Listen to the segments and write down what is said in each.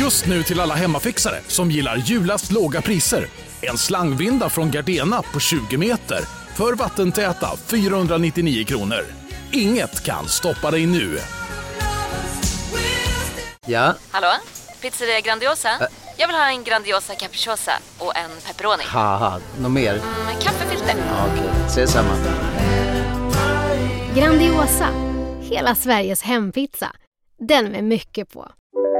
Just nu till alla hemmafixare som gillar Julas låga priser. En slangvinda från Gardena på 20 meter för vattentäta 499 kronor. Inget kan stoppa dig nu. Ja? Hallå? Pizzeria Grandiosa? Jag vill ha en Grandiosa capriciosa och en pepperoni. Haha, något mer? Kaffefilter. Ja, okej, ses samma. Grandiosa, hela Sveriges hempizza. Den med mycket på.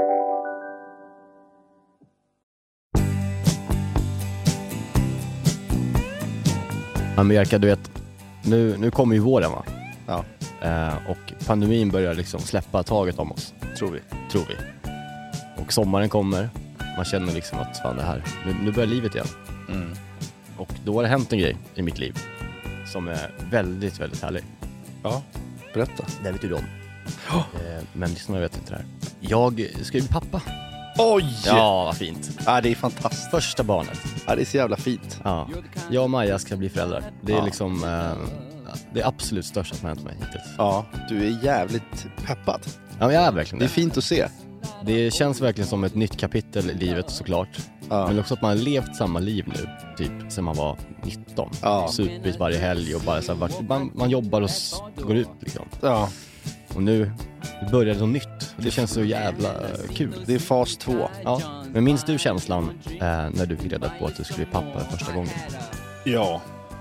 Amerika, du vet, nu kommer ju våren, va? Ja. Och pandemin börjar liksom släppa taget om oss. Tror vi. Och sommaren kommer. Man känner liksom att fan, det här, nu börjar livet igen. Och då har det hänt en grej i mitt liv som är väldigt, väldigt härlig. Ja, berätta. Det vet du om. Men lyssnarna vet inte det här. Jag ska bli pappa. Oj! Ja, vad fint. Ja, det är fantastiskt. Första barnet. Ja, det är så jävla fint. Ja. Jag och Maja ska bli föräldrar. Det är liksom det är absolut största som har hänt mig hittills. Ja, du är jävligt peppad. Ja, men jag är verkligen det. Det är fint att se. Det känns verkligen som ett nytt kapitel i livet, såklart. Ja. Men också att man har levt samma liv nu, typ, sen man var 19. Ja. Supert varje helg och bara så här, man jobbar och går ut liksom. Ja. Och nu börjar det något nytt. Det känns så jävla kul. Det är fas 2. Ja. Men minns du känslan när du fick reda på att du skulle bli pappa första gången? Ja.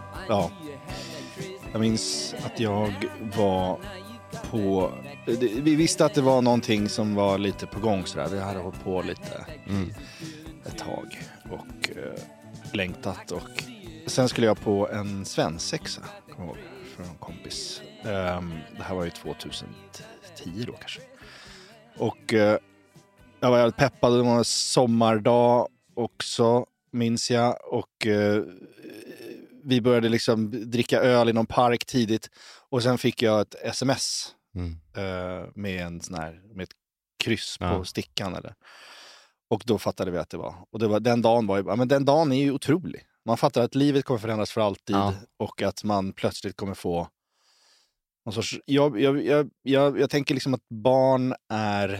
Jag minns att jag var på... Vi visste att det var någonting som var lite på gång sådär. Vi hade hållit på lite ett tag och längtat. Och sen skulle jag på en svensexa, kommer jag ihåg, från en kompis. Det här var ju 2010 då kanske. Och jag var jävligt peppad. Det var en sommardag också, minns jag. Och vi började liksom dricka öl i någon park tidigt. Och sen fick jag ett sms med en sån här, med ett kryss på stickan eller. Och då fattade vi att det var. Och det var, den dagen är ju otrolig. Man fattar att livet kommer förändras för alltid och att man plötsligt kommer få någon sorts, jag tänker liksom att barn är,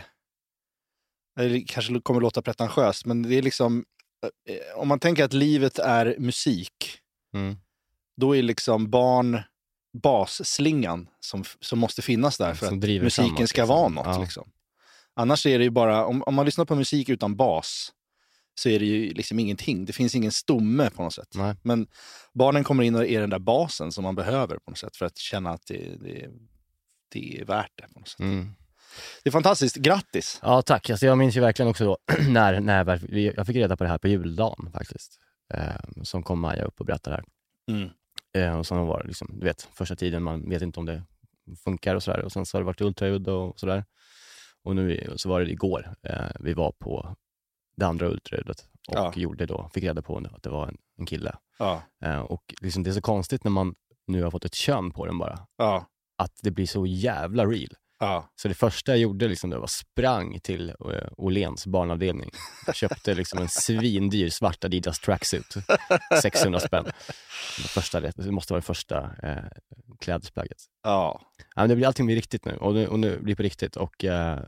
det kanske kommer låta pretentiöst, men det är liksom, om man tänker att livet är musik, då är liksom barn basslingan som måste finnas där för att musiken framåt, ska vara något liksom. Annars är det ju bara, om man lyssnar på musik utan bas så är det ju liksom ingenting. Det finns ingen stomme på något sätt. Nej. Men barnen kommer in och är den där basen som man behöver på något sätt för att känna att det är värt det på något sätt. Det är fantastiskt. Grattis! Ja, tack. Alltså, jag minns ju verkligen också då när jag fick reda på det här på juldagen faktiskt. Som kom Maja upp och berättade här. Och sen var det liksom, du vet, första tiden man vet inte om det funkar och sådär. Och sen så har det varit ultraljud och sådär. Och nu så var det igår. Vi var på det andra ultraljudet och fick reda på att det var en kille. Och liksom det är så konstigt när man nu har fått ett kön på den bara. Att det blir så jävla real. Så det första jag gjorde liksom, det var sprang till Åhléns barnavdelning. Jag köpte liksom en svindyr svart Adidas tracksuit. 600 spänn. Det måste vara det första klädesplagget. Men allting blir riktigt nu. Och nu blir det på riktigt. Och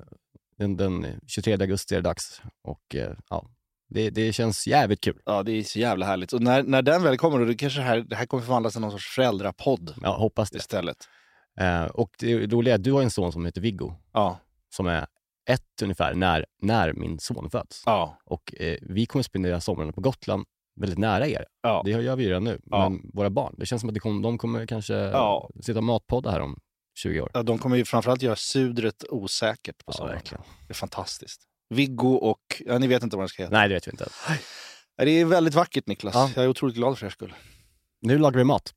den 23 augusti är det dags. Och det känns jävligt kul. Ja, det är så jävla härligt. Och när den väl kommer, då kanske det här kommer förvandlas till någon sorts föräldrapodd. Ja, hoppas det. Istället. Och det roliga är att du har en son som heter Viggo. Som är 1 ungefär när min son föds. Och vi kommer spendera sommaren på Gotland väldigt nära er. Det gör vi ju redan nu. Men våra barn, det känns som att de kommer kanske sitta och matpodda här om 20 år. Ja, de kommer ju framförallt göra sudret osäkert på sommaren. Verkligen. Det är fantastiskt. Viggo och, ni vet inte vad den ska heta. Nej, det vet vi inte. Det är väldigt vackert, Niklas. Jag är otroligt glad för er skull. Nu lagar vi mat.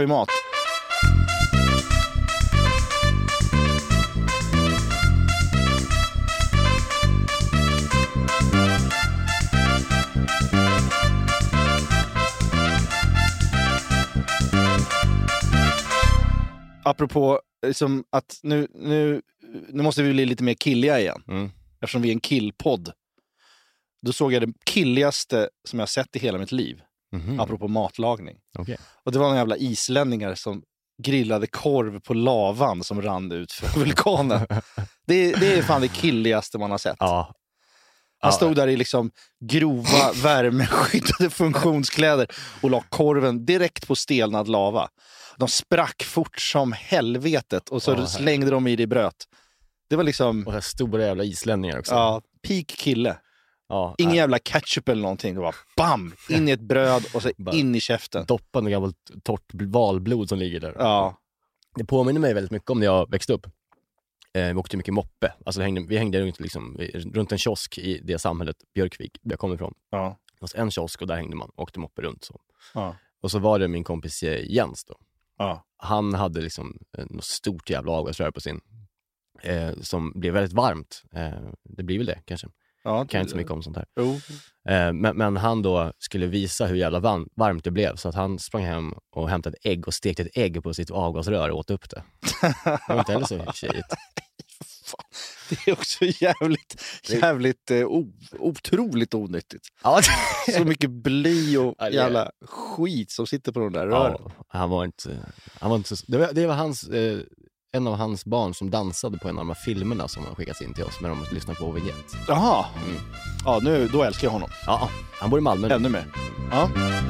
Apropå liksom att nu måste vi bli lite mer killiga igen. Eftersom vi är en killpodd. Då såg jag det killigaste som jag sett i hela mitt liv. Apropå matlagning. Och det var några jävla islänningar som grillade korv på lavan som rann ut för vulkanen. Det är fan det killigaste man har sett. Han stod där i liksom grova värmeskyddade funktionskläder och la korven direkt på stelnad lava. De sprack fort som helvetet och så slängde de i det bröt. Det var liksom... Och stora jävla islänningar också. Ja, peak kille. Ja, ingen jävla ketchup eller någonting. Det var bam! In i ett bröd och så in i käften. Doppa med gammalt torrt valblod som ligger där. Ja. Det påminner mig väldigt mycket om när jag växte upp. Vi åkte mycket moppe. Alltså vi hängde runt en kiosk i det samhället Björkvik, där jag kommer ifrån. Ja. Det var en kiosk och där hängde man. Åkte moppe runt. Så. Ja. Och så var det min kompis Jens då. Ja. Han hade liksom något stort jävla avgasrör på sin. Som blev väldigt varmt. Det blir väl det kanske. Ja, kan inte så mycket om sånt här. Jo. Men han då skulle visa hur jävla varmt det blev. Så att han sprang hem och hämtade ett ägg och stekte ett ägg på sitt avgasrör och åt upp det. Det var inte heller så tjejigt. Det är också jävligt otroligt onyttigt. Ja. Så mycket bly och jävla skit som sitter på de där rören. Ja, han var inte så, det var hans en av hans barn som dansade på en av de här filmerna som har skickats in till oss när de lyssnar på Vignett. Jaha. Ja, då älskar jag honom. Ja, han bor i Malmö nu. Ännu mer. Ja.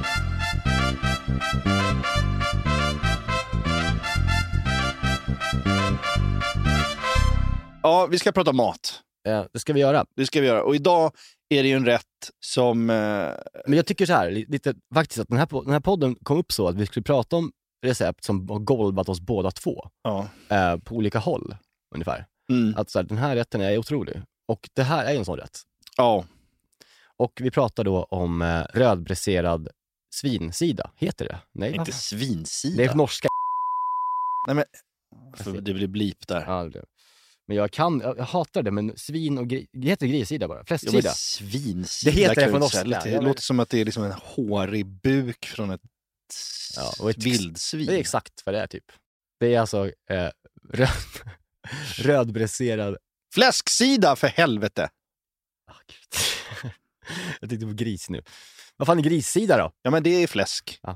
Ja, vi ska prata mat. Det ska vi göra. Och idag är det ju en rätt som... Men jag tycker så här, lite faktiskt att den här podden kom upp så att vi skulle prata om recept som har golvat oss båda två. Ja. På olika håll, ungefär. Att så här, den här rätten är otrolig. Och det här är en sån rätt. Ja. Och vi pratar då om rödbräserad svinsida. Heter det? Nej, inte svinsida. Det är norska. Nej, men... Det blir blip där. Ja, det. Men jag hatar det, men svin och det heter grissida bara. Fläsksida. Ja, svinsida. Det heter det på norska. Det låter som att det är liksom en hårig buk från ett vildsvin. Det är exakt vad det är typ. Det är alltså rödbräserad fläsksida för helvete. Jag tänkte på gris nu. Vad fan är grissida då? Ja, men det är fläsk. Ja.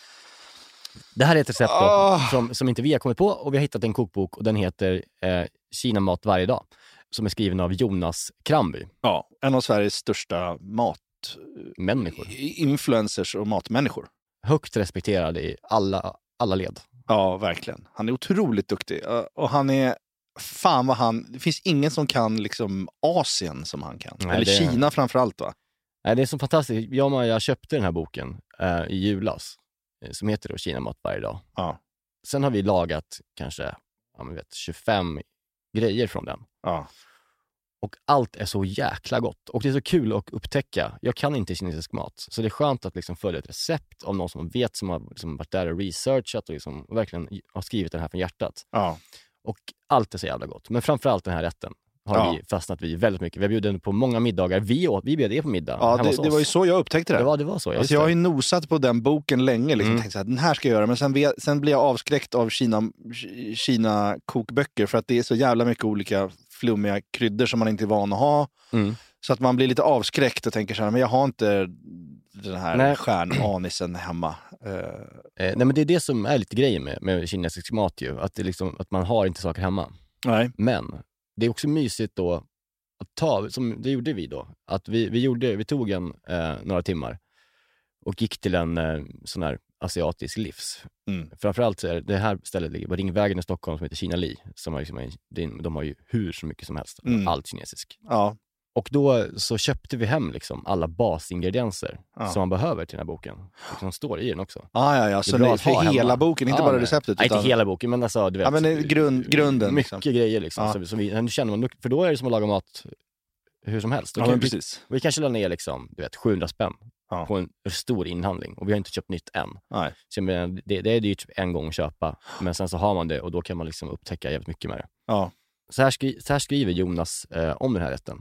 Det här är ett recept då, som inte vi har kommit på, och vi har hittat en kokbok och den heter Kina mat varje dag, som är skriven av Jonas Kramby. Ja, en av Sveriges största människor. Influencers och matmänniskor. Högt respekterad i alla led. Ja, verkligen. Han är otroligt duktig. Och han är... det finns ingen som kan liksom Asien som han kan. Nej, eller Kina framförallt, va? Nej, det är så fantastiskt. Jag köpte den här boken i julas. Som heter då Kina mat varje dag. Ja. Sen har vi lagat kanske 25 grejer från den. Ja. Och allt är så jäkla gott. Och det är så kul att upptäcka. Jag kan inte kinesisk mat. Så det är skönt att liksom följa ett recept av någon som vet, som har liksom varit där och researchat och liksom verkligen har skrivit den här från hjärtat. Ja. Och allt är så jävla gott. Men framförallt den här rätten har vi fastnat vid väldigt mycket. Vi har bjudit på många middagar. Vi bjöd er på middag. Ja, det var ju så jag upptäckte det. Det var så. Jag har ju nosat på den boken länge. Liksom, tänkte så här, den här ska jag göra. Men sen blir jag avskräckt av Kina kokböcker. För att det är så jävla mycket olika flummiga kryddor som man inte är van att ha. Så att man blir lite avskräckt och tänker så här, men jag har inte den här stjärnanisen hemma. Nej, men det är det som är lite grejen med kinesisk mat ju. Att, det liksom, att man har inte saker hemma. Nej. Men det är också mysigt då att ta, som det gjorde vi då. Att vi tog några timmar och gick till en sån här asiatisk livs. Framförallt så är det här stället ligger på Ringvägen i Stockholm som heter Kina Li. Som har liksom de har ju hur så mycket som helst. Allt kinesiskt. Ja. Och då så köpte vi hem liksom alla basingredienser som man behöver till den här boken. Som står i den också. Ja. Så det är för hela boken, inte bara receptet. Nej, inte hela boken, men alltså, du vet. Ja, men grunden. Mycket grejer liksom. Som nu känner man, för då är det som att laga mat hur som helst. Ja, men precis. Vi kanske la ner liksom, du vet, 700 spänn på en stor inhandling. Och vi har inte köpt nytt än. Nej. Så det är dyrt en gång att köpa. Men sen så har man det och då kan man liksom upptäcka jävligt mycket med det. Ja. Så här skriver Jonas om den här rätten.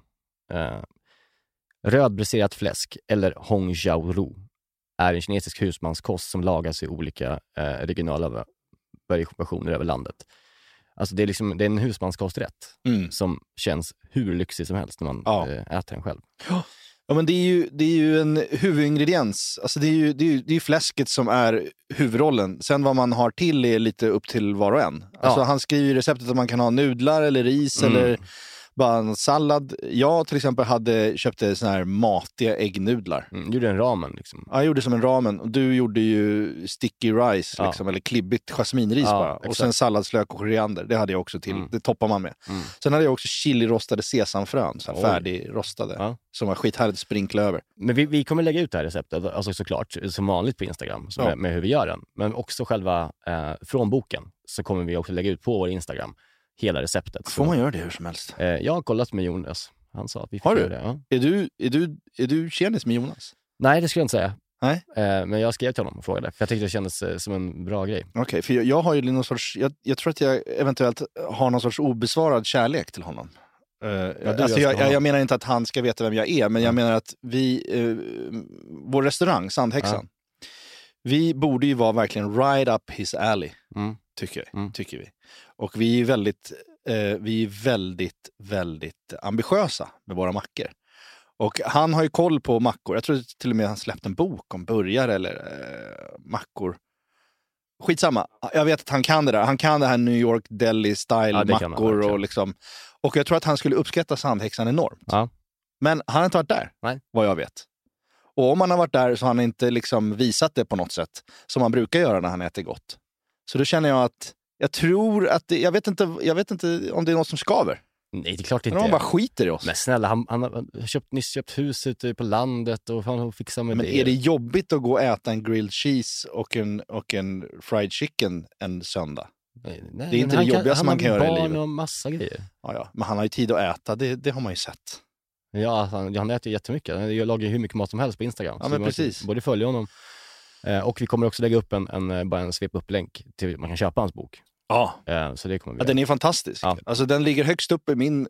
Rödbräserat fläsk eller hong jiao ru är en kinesisk husmanskost som lagas i olika regionala versioner över landet. Alltså det är en husmanskosträtt som känns hur lyxig som helst när man äter den själv. Ja, men det är ju en huvudingrediens. Alltså det är ju fläsket som är huvudrollen. Sen vad man har till är lite upp till var och en. Alltså han skriver i receptet att man kan ha nudlar eller ris eller bara en sallad. Jag till exempel köpte såna här matiga äggnudlar. Du gjorde en ramen liksom. Ja, jag gjorde som en ramen. Och du gjorde ju sticky rice liksom, eller klibbigt jasminris bara. Och sen salladslök och koriander. Det hade jag också till. Det toppar man med. Sen hade jag också chili-rostade sesamfrön. Så här färdigrostade. Ja. Som var skithärligt sprinkla över. Men vi kommer lägga ut det här receptet, alltså såklart, som vanligt på Instagram. Med hur vi gör den. Men också själva från boken. Så kommer vi också lägga ut på vår Instagram hela receptet. Får man göra det hur som helst? Jag har kollat med Jonas. Han sa att vi får göra det. Ja. Är du tjenis med Jonas? Nej, det skulle jag inte säga. Nej. Men jag skrev till honom och frågade. För jag tyckte det kändes som en bra grej. Okej, för jag har ju någon sorts... Jag tror att jag eventuellt har någon sorts obesvarad kärlek till honom. Alltså jag menar inte att han ska veta vem jag är, men jag menar att vår restaurang, Sandhäxan, vi borde ju vara verkligen right up his alley, tycker vi. Och vi är väldigt, väldigt ambitiösa med våra mackor. Och han har ju koll på mackor. Jag tror till och med han släppt en bok om burgare eller mackor. Skitsamma. Jag vet att han kan det där. Han kan det här New York Deli style mackor och liksom. Och jag tror att han skulle uppskatta Sandhäxan enormt. Ja. Men han har inte varit där, vad jag vet. Och om han har varit där så har han inte liksom visat det på något sätt som han brukar göra när han äter gott. Så då känner jag att jag tror att jag vet inte om det är något som skaver. Nej, det är klart inte. Han bara skiter i oss. Men snälla, han har nyss köpt hus ute på landet och han fixar med men det. Men är det jobbigt att gå och äta en grilled cheese och en fried chicken en söndag? Nej, det är inte det jobbigaste man kan göra i livet. Han har barn och massa grejer. Ja, men han har ju tid att äta, det har man ju sett. Ja, han äter ju jättemycket. Han lagar ju hur mycket mat som helst på Instagram. Ja, men precis. Både följa honom. Och vi kommer också lägga upp bara en svep upp-länk till man kan köpa hans bok. Ja, så det kommer vi den är fantastisk. Ja. Alltså den ligger högst upp i min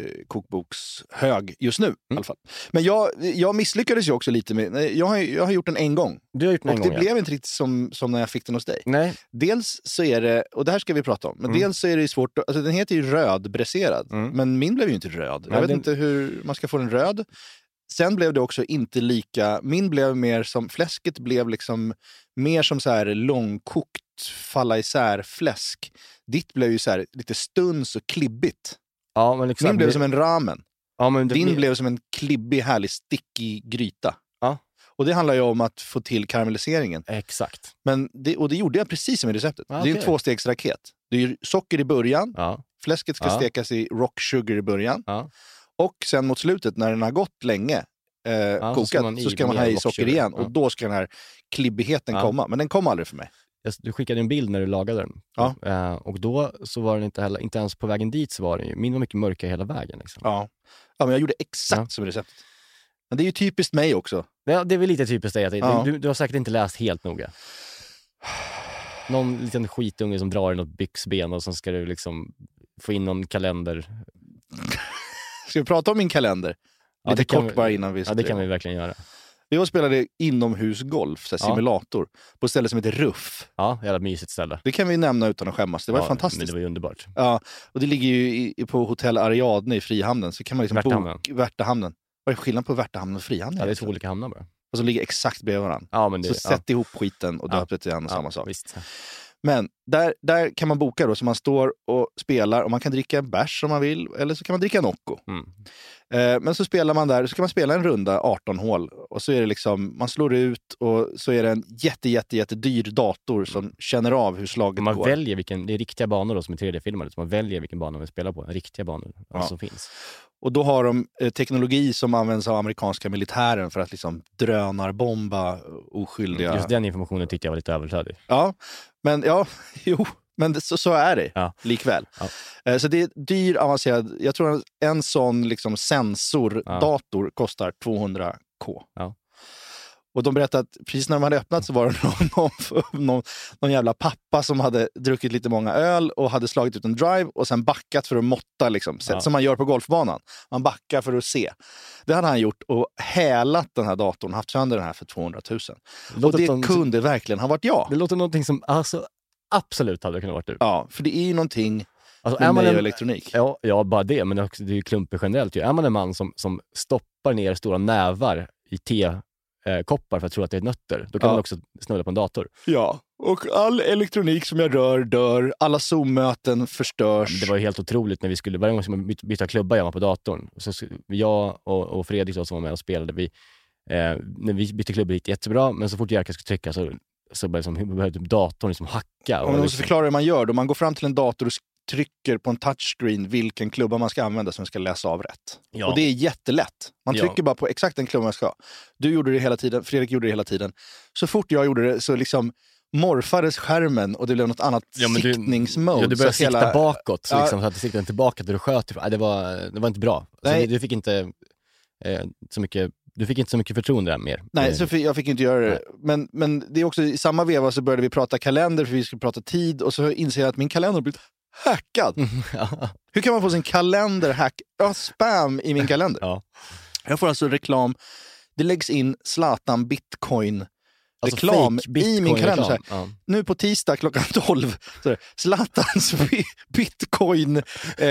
kokbokshög just nu i alla fall. Men jag misslyckades ju också lite med. Jag har gjort den en gång. Du har gjort den en gång, det blev inte riktigt som när jag fick den hos dig. Nej. Dels så är det, och det här ska vi prata om, men dels så är det svårt, alltså den heter ju rödbräserad, men min blev ju inte röd. Jag vet inte hur man ska få den röd. Sen blev det också inte lika, min blev mer som, fläsket blev liksom mer som så här långkokt falla isär fläsk. Ditt blev ju så här lite stuns och klibbigt. Ja, men liksom, min blev som en ramen. Ja, men din blev som en klibbig, härlig, stickig gryta. Ja. Och det handlar ju om att få till karamelliseringen. Exakt. Men det gjorde jag precis som i receptet. Ja, det är en 2-stegsraket. Det är socker i början. Ja. Fläsket ska stekas i rock sugar i början. Ja. Och sen mot slutet, när den har gått länge kokat, så ska man ha i socker igen. Och då ska den här klibbigheten komma. Men den kom aldrig för mig. Du skickade en bild när du lagade den. Ja. Och då så var den inte ens på vägen dit, så var den ju. Min var mycket mörkare hela vägen. Liksom. Ja, men jag gjorde exakt som receptet. Men det är ju typiskt mig också. Ja, det är väl lite typiskt dig. Du har säkert inte läst helt noga. Någon liten skitunge som drar i något byxben och så ska du liksom få in någon kalender. Ska vi prata om min kalender? Lite kort bara innan vi... Ja, det kan vi verkligen göra. Jag spelade inomhusgolf, simulator, på ett ställe som heter Ruff. Ja, jävla mysigt ställe. Det kan vi nämna utan att skämmas. Det var fantastiskt. Men det var ju underbart. Ja, och det ligger ju på Hotell Ariadne i Frihamnen. Så kan man liksom Värtahamnen. Vad är skillnaden på Värtahamnen och Frihamnen? Ja, det är 2 olika hamnar bara. Och så ligger exakt bredvid varandra. Ja, men det, så sätt ihop skiten och döp det till en och samma sak. Visst. Men där kan man boka då, så man står och spelar och man kan dricka en bärs om man vill, eller så kan man dricka Nocco. Men så spelar man där, så kan man spela en runda 18 hål och så är det liksom, man slår ut och så är det en jätte dyr dator som känner av hur slaget man går. Väljer det är riktiga banor då som är 3D-filmade, så man väljer vilken bana man vill spela på, riktiga banor som finns. Och då har de teknologi som används av amerikanska militären för att liksom drönarbomba oskyldiga... Just den informationen tyckte jag var lite överflödig. Ja, men men så är det likväl. Ja. Så det är dyr, avancerad... Jag tror en sån liksom sensordator kostar 200k. Ja. Och de berättade att precis när de hade öppnat så var det någon jävla pappa som hade druckit lite många öl och hade slagit ut en drive och sen backat för att måtta liksom, som man gör på golfbanan. Man backar för att se. Det hade han gjort och hälat den här datorn, haft sönder den här för 200 000. Och det kunde verkligen ha varit jag. Det låter någonting som absolut hade kunnat varit du. Ja, för det är ju någonting med mig och elektronik. Ja, bara det, men det är ju klumpigt generellt. Är man en man som stoppar ner stora nävar i koppar för att tro att det är nötter, då kan man också snulla på en dator. Ja, Och all elektronik som jag rör dör. Alla Zoom-möten förstörs. Det var helt otroligt när vi skulle, varje gång som vi byta klubba jag var på datorn. Så jag och Fredrik som var med och spelade, när vi bytte klubba gick jättebra, men så fort Jerka skulle trycka så började datorn liksom hacka. Och man måste förklara hur man gör. Då man går fram till en dator och trycker på en touchscreen vilken klubba man ska använda som ska läsa av rätt. Ja. Och det är jättelätt. Man trycker bara på exakt den klubba man ska. Du gjorde det hela tiden, Fredrik gjorde det hela tiden. Så fort jag gjorde det så liksom morfades skärmen och det blev något annat siktningsmode. Du började sikta bakåt så liksom, så att du siktade tillbaka där du sköt. Det var inte bra. Så du fick inte så mycket. Du fick inte så mycket förtroende där mer. Nej, så jag fick inte göra det. Men det är också i samma veva så började vi prata kalender för vi skulle prata tid och så inser jag att min kalender har blivit hackad. Ja. Hur kan man få sin kalender hack? Jag har spam i min kalender. Ja. Jag får alltså reklam. Det läggs in Zlatan Bitcoin reklam i min kalender. Ja. Nu på tisdag klockan 12 så Zlatans Bitcoin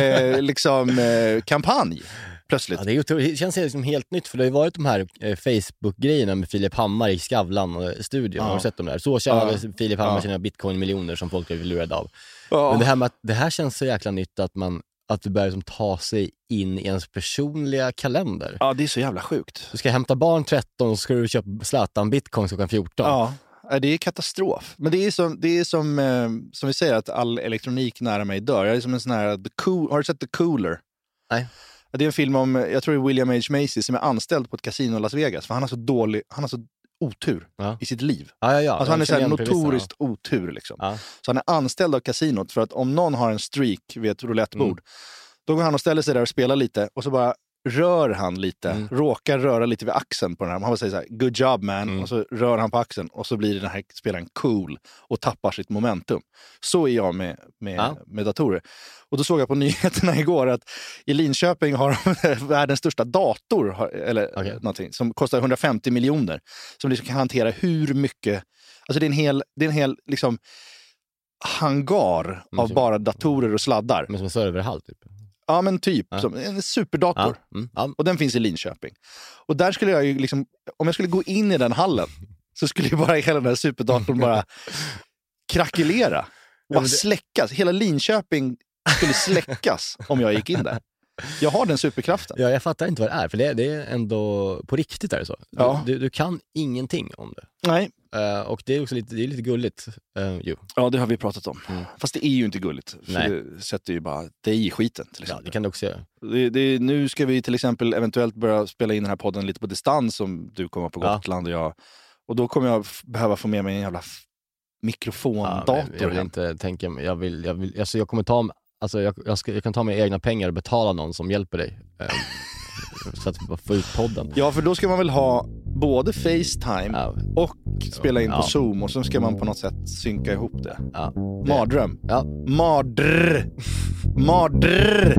kampanj. Plötsligt. Ja, det känns liksom helt nytt, för det har ju varit de här Facebook-grejerna med Filip Hammar i Skavlan och studion. Har du sett dem där? Så tjänade Filip Hammar sina bitcoin-miljoner som folk blev lurade av. Ja. Men det här med att det här känns så jäkla nytt att du börjar liksom ta sig in i ens personliga kalender. Ja, det är så jävla sjukt. Du ska hämta barn 13 och ska du köpa Zlatan Bitcoin klockan 14. Ja, det är katastrof. Men det är som vi säger att all elektronik nära mig dör. Jag är som en sån här har du sett The Cooler? Nej. Det är en film om, jag tror det är William H. Macy som är anställd på ett kasino i Las Vegas. För han har så otur i sitt liv. Ja. Alltså han är så här notoriskt otur liksom. Ja. Så han är anställd av kasinot för att om någon har en streak vid ett roulettebord, då går han och ställer sig där och spelar lite och så bara rör han lite, råkar röra lite vid axeln på den här. Han säger så här, good job man, och så rör han på axeln och så blir den här spelaren cool och tappar sitt momentum. Så är jag med datorer. Och då såg jag på nyheterna igår att i Linköping har de världens största dator någonting, som kostar 150 miljoner. Som liksom kan hantera hur mycket, alltså det är en hel liksom hangar av bara datorer och sladdar. Men som en serverhall typ. Ja, men typ. Som en superdator. Och den finns i Linköping. Och där skulle jag ju liksom, om jag skulle gå in i den hallen så skulle ju bara hela den här superdatorn bara krackelera. Och släckas. Hela Linköping skulle släckas om jag gick in där. Jag har den superkraften. Ja, jag fattar inte vad det är. För det är ändå på riktigt är det så. Du kan ingenting om det. Nej. Och det är också lite gulligt. Ja, det har vi pratat om. Fast det är ju inte gulligt. För det sätter ju bara dig i skiten till exempel. Ja, det kan du också göra. Nu ska vi till exempel eventuellt börja spela in den här podden lite på distans som du kommer på Gotland och jag. Och då kommer jag behöva få med mig en jävla mikrofondator. Jag vill inte tänka mig. Jag kommer ta... Alltså jag kan ta med egna pengar och betala någon som hjälper dig så att få ut podden. Ja, för då ska man väl ha både FaceTime och spela in på Zoom och så ska man på något sätt synka ihop det. Mardröm. Ja. Mardrr.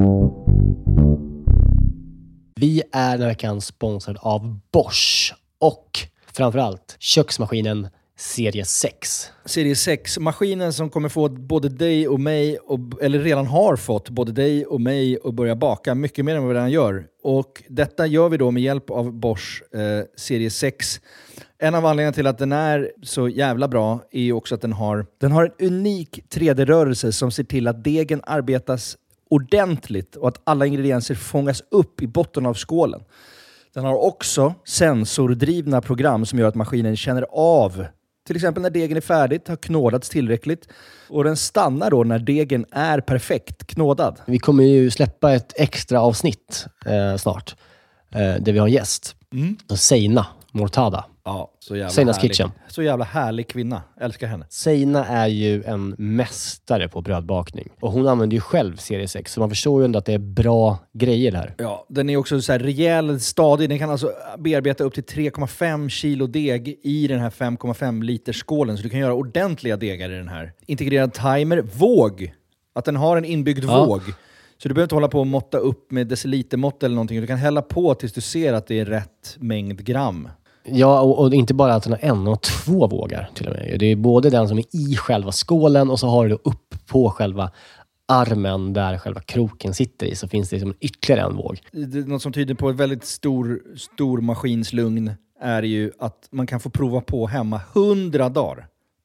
Vi är den här veckan sponsrad av Bosch och framförallt köksmaskinen Serie 6. Serie 6, maskinen som kommer få både dig och mig, eller redan har fått både dig och mig att börja baka mycket mer än vad vi redan gör. Och detta gör vi då med hjälp av Bosch Serie 6. En av anledningarna till att den är så jävla bra är ju också att den har en unik 3D-rörelse som ser till att degen arbetas ordentligt och att alla ingredienser fångas upp i botten av skålen. Den har också sensordrivna program som gör att maskinen känner av till exempel när degen är färdigt, har knådats tillräckligt. Och den stannar då när degen är perfekt knådad. Vi kommer ju släppa ett extra avsnitt snart. Där vi har en gäst. Seina Mortada. Ja, så jävla Seinas härlig. Kitchen. Så jävla härlig kvinna. Älskar henne. Seina är ju en mästare på brödbakning. Och hon använder ju själv Serie 6. Så man förstår ju ändå att det är bra grejer där. Ja, den är också så här rejäl, stadig. Den kan alltså bearbeta upp till 3,5 kilo deg i den här 5,5 liters skålen. Så du kan göra ordentliga degar i den här. Integrerad timer. Våg. Att den har en inbyggd våg. Så du behöver inte hålla på och måtta upp med decilitermått eller någonting. Du kan hälla på tills du ser att det är rätt mängd gram. Ja, och inte bara att den har en och två vågar till och med. Det är både den som är i själva skålen och så har du upp på själva armen där själva kroken sitter i, så finns det liksom ytterligare en våg. Något som tyder på ett väldigt stor maskinslugn är ju att man kan få prova på hemma 100 dagar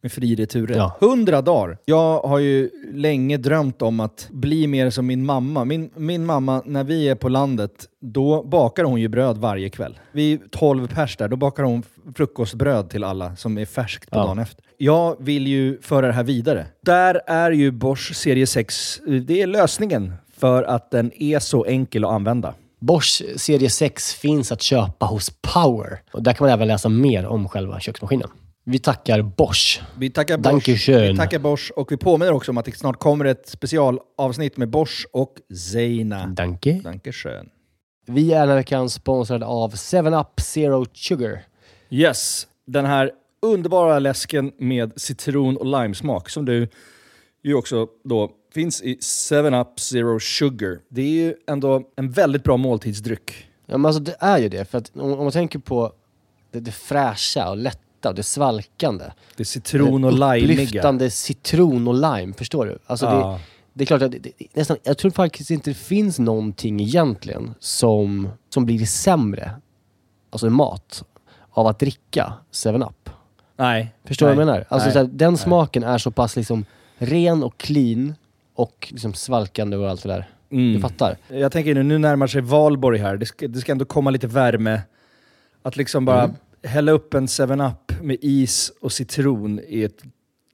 med fri retur. Ja. 100 dagar. Jag har ju länge drömt om att bli mer som min mamma. Min mamma, när vi är på landet, då bakar hon ju bröd varje kväll. Vi är 12 pers där, då bakar hon frukostbröd till alla som är färskt på dagen efter. Jag vill ju föra det här vidare. Där är ju Bosch serie 6, det är lösningen för att den är så enkel att använda. Bosch serie 6 finns att köpa hos Power. Och där kan man även läsa mer om själva köksmaskinen. Vi tackar Bosch. Vi tackar Bosch. Dankeschön. Vi tackar Bosch och vi påminner också om att det snart kommer ett specialavsnitt med Bosch och Zeina. Danke. Dankeschön. Vi är den här veckan sponsrade av 7up Zero Sugar. Yes, den här underbara läsken med citron och limesmak som du ju också då finns i 7up Zero Sugar. Det är ju ändå en väldigt bra måltidsdryck. Ja, men alltså det är ju det. För att om man tänker på det fräscha och lätta och det svalkande. Det är citron och lime. Upplyftande citron och lime, förstår du? Alltså det är klart att nästan, jag tror faktiskt inte det finns någonting egentligen som blir sämre, alltså mat, av att dricka 7up. Nej. Förstår du vad jag menar? Alltså Nej. så här, den smaken är så pass liksom ren och clean och liksom svalkande och allt det där. Du fattar. Jag tänker nu närmar sig Valborg här. Det ska ändå komma lite värme. Att liksom bara hälla upp en 7up med is och citron i ett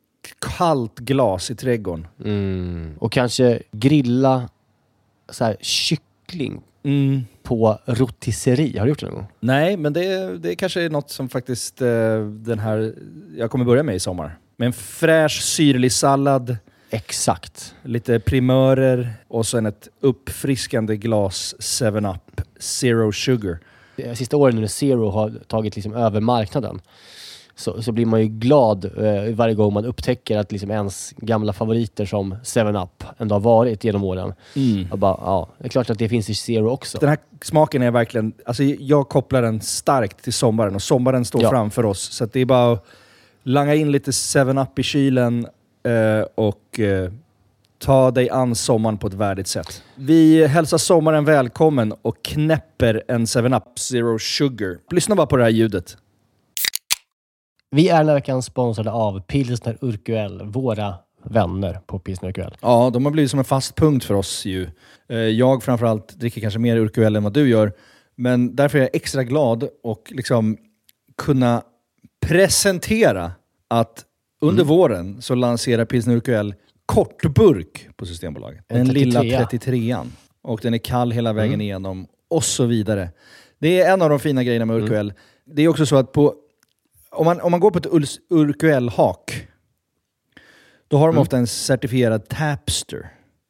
kallt glas i trädgården. Och kanske grilla så här kyckling på rotisserie. Har du gjort det någon gång? Nej, men det kanske är något som faktiskt den här jag kommer börja med i sommar. Med en fräsch syrlig sallad. Exakt. Lite primörer och sen ett uppfriskande glas 7up Zero Sugar. Sista åren när Zero har tagit liksom över marknaden så blir man ju glad varje gång man upptäcker att liksom ens gamla favoriter som 7up ändå har varit genom åren. Och bara, det är klart att det finns i Zero också. Den här smaken är verkligen, alltså jag kopplar den starkt till sommaren och sommaren står framför oss. Så att det är bara att langa in lite 7up i kylen och ta dig an sommaren på ett värdigt sätt. Vi hälsar sommaren välkommen och knäpper en 7up Zero Sugar. Lyssna bara på det här ljudet. Vi är den här veckan sponsrade av Pilsner Urquell, våra vänner på Pilsner Urquell. Ja, de har blivit som en fast punkt för oss ju. Jag framförallt dricker kanske mer Urquell än vad du gör. Men därför är jag extra glad och liksom kunna presentera att under våren så lanserar Pilsner Urquell kortburk på Systembolaget. Den lilla 33an. Och den är kall hela vägen igenom och så vidare. Det är en av de fina grejerna med Urquell. Det är också så att om man går på ett Urquell-hak då har de ofta en certifierad tapster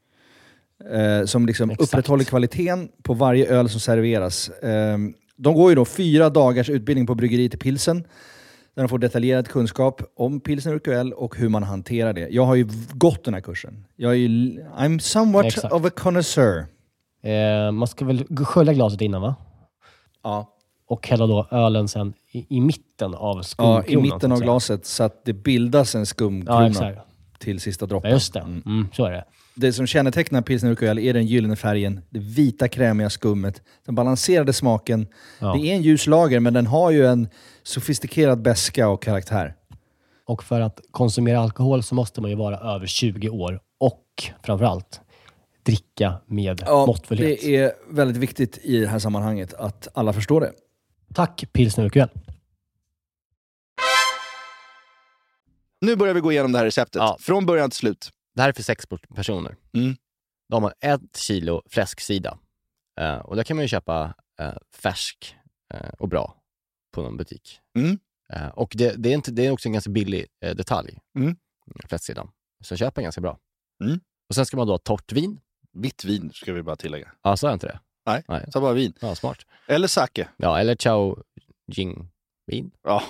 som liksom upprätthåller kvaliteten på varje öl som serveras. De går ju då 4 dagars utbildning på bryggeriet i Pilsen där de får detaljerad kunskap om Pilsner Urquell och hur man hanterar det. Jag har ju gått den här kursen. I'm somewhat of a connoisseur. Man ska väl skölja glaset innan, va? Ja. Och hälla då ölen sen i mitten av skumkronan. Ja, i mitten av glaset så att det bildas en skumkrona till sista droppen. Ja, just det. Så är det. Det som kännetecknar Pilsner Urquell är den gyllene färgen, det vita krämiga skummet, den balanserade smaken. Ja. Det är en ljus lager, men den har ju en sofistikerad beska och karaktär. Och för att konsumera alkohol så måste man ju vara över 20 år och framförallt dricka med måttfullhet. Det är väldigt viktigt i det här sammanhanget att alla förstår det. Tack Pilsner Urquell. Nu börjar vi gå igenom det här receptet. Från början till slut. Det här är för 6 personer. Då har man 1 kilo fläsksida. Och där kan man ju köpa färsk och bra på någon butik. Och det är också en ganska billig detalj. Fläsksidan. Så köp en ganska bra. Och sen ska man då ha torrt vin. Vitt vin ska vi bara tillägga. Ja, så är inte det. Nej. Så bara vin. Ja, smart. Eller sake. Ja, eller chow jing vin. Ja.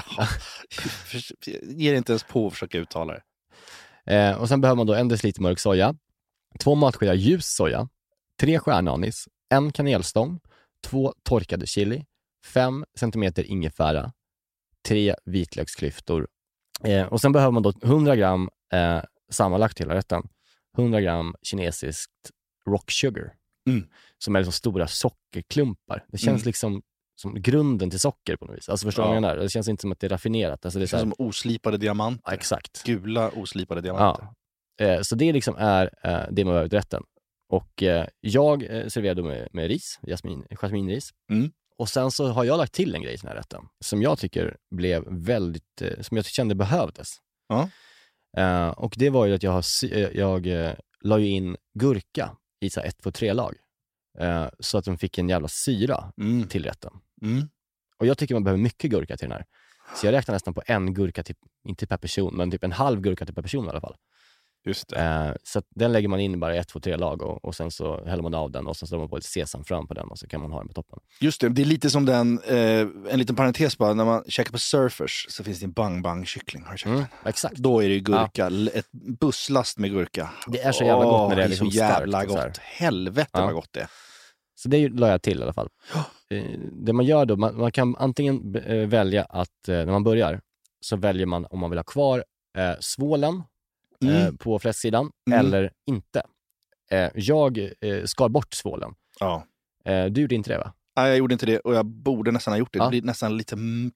Ger inte ens på att försöka uttala det. Och sen behöver man då 1 deciliter mörk soja, 2 matskedar ljus soja, 3 stjärnanis, 1 kanelstång, 2 torkade chili, 5 centimeter ingefära, 3 vitlöksklyftor. Och sen behöver man då 100 gram sammanlagt hela rätten. 100 gram kinesiskt rock sugar. Som är liksom stora sockerklumpar. Det känns liksom som grunden till socker på något vis. Alltså förstår du vad jag menar? Det känns inte som att det är raffinerat. Alltså, det är känns som oslipade diamanter. Ja, exakt. Gula oslipade diamanter. Ja. Så det liksom är det man behöver till rätten. Och jag serverar då med ris, jasminris. Och sen så har jag lagt till en grej i den här rätten som jag tycker blev väldigt, som jag kände behövdes. Och det var ju att jag la ju in gurka i så här 1-2-3-lag. Så att de fick en jävla syra till rätten. Och jag tycker man behöver mycket gurka till den här. Så jag räknar nästan på en gurka till, inte per person, men typ en halv gurka till per person i alla fall. Just det. Så att den lägger man in bara i 1-2-3 lag och sen så häller man av den och sen slår man på lite sesam fram på den och så kan man ha den på toppen. Just det är lite som den, en liten parentes bara, när man käkar på Surfers så finns det en bang-bang-kyckling. Har du käkat den? Exakt. Då är det ju gurka, ett busslast med gurka. Det är så jävla gott när det är liksom så jävla starkt, gott. Helvete vad gott det är. Så det la jag till i alla fall. Det man gör då, man kan antingen välja att när man börjar så väljer man om man vill ha kvar svålen på fläsksidan eller inte. Jag skar bort svålen. Ja. Du gjorde inte det, va? Nej, jag gjorde inte det och jag borde nästan ha gjort det. Det blir nästan lite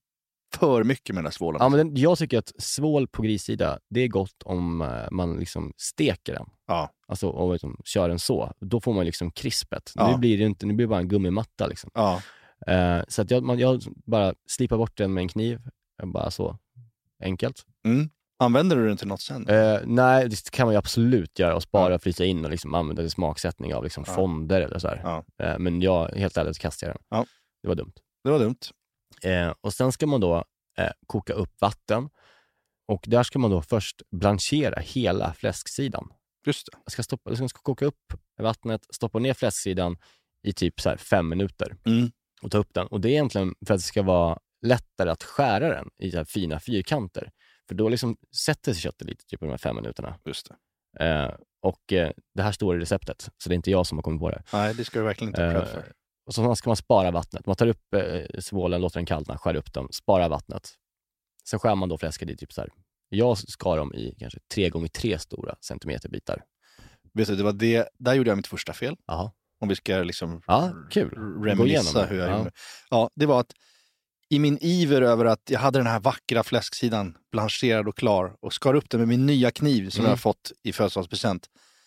för mycket med den där svålen. Ja, men jag tycker att svål på grissida, det är gott om man liksom steker den. Ja. Alltså och liksom kör den så. Då får man liksom krispet. Ja. Nu blir det inte, nu blir det bara en gummimatta liksom. Ja. Så att jag bara slipar bort den med en kniv. Bara så enkelt. Använder du den till något sen? Nej, det kan man ju absolut göra och spara, frysa in och liksom använda det smaksättning av liksom fonder eller så här. Men jag, helt ärligt, kastar jag den. Ja. Det var dumt. Det var dumt. Och sen ska man då koka upp vatten. Och där ska man då först blanchera hela fläsksidan. Just det. Jag ska koka upp vattnet, stoppa ner fläsksidan i typ så här 5 minuter. Och ta upp den. Och det är egentligen för att det ska vara lättare att skära den i så här fina fyrkanter. För då liksom sätter sig köttet lite typ på de här 5 minuterna. Just det. Och det här står i receptet. Så det är inte jag som har kommit på det. Nej, det ska du verkligen inte pröva för. Och så ska man spara vattnet. Man tar upp svålen, låter den kallna, skär upp dem, spara vattnet. Sen skär man då fläsket i typ så här. Jag skar dem i kanske 3x3 stora centimeterbitar. Vet du, det var det. Där gjorde jag mitt första fel. Aha. Om vi ska liksom kul. Remissa hur jag gjorde. Ja, det var att i min iver över att jag hade den här vackra fläsksidan blancherad och klar och skar upp den med min nya kniv som jag har fått i födelsedagspresent.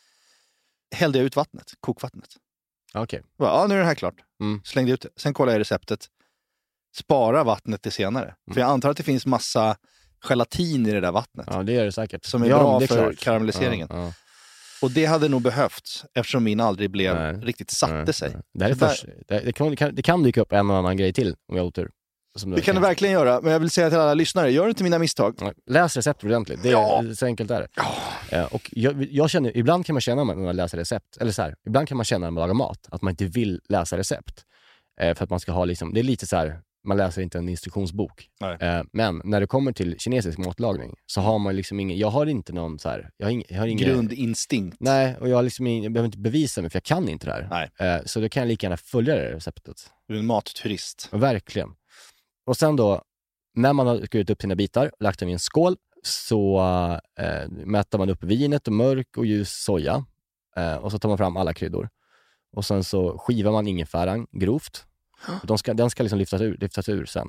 Hällde jag ut vattnet, kokvattnet. Okej. Ja, nu är det här klart. Slängde ut det. Sen kollade jag receptet. Spara vattnet till senare. För jag antar att det finns massa gelatin i det där vattnet. Ja, det är det säkert. Som är bra är för klart. karamelliseringen. Och det hade nog behövts eftersom min aldrig blev riktigt satte sig. Det här är det kan dyka upp en och annan grej till om jag har otur. Det kan det verkligen göra, men jag vill säga till alla lyssnare, gör inte mina misstag. Läs recept ordentligt, det är så enkelt är det. Och jag känner, ibland kan man känna när man läser recept, eller så här, ibland kan man känna när man lagar mat, att man inte vill läsa recept. För att man ska ha liksom, det är lite så här, man läser inte en instruktionsbok. Men när det kommer till kinesisk matlagning så har man liksom ingen, jag har inte någon så här, jag har ingen grundinstinkt. Nej, och jag behöver inte bevisa mig för jag kan inte det här. Nej. Så då kan jag lika gärna följa det receptet. Du är en matturist. Verkligen. Och sen då, när man har skurit upp sina bitar och lagt dem i en skål så mäter man upp vinet och mörk och ljus soja. Och så tar man fram alla kryddor. Och sen så skivar man ingefäran grovt. Och den ska liksom lyftas ur sen.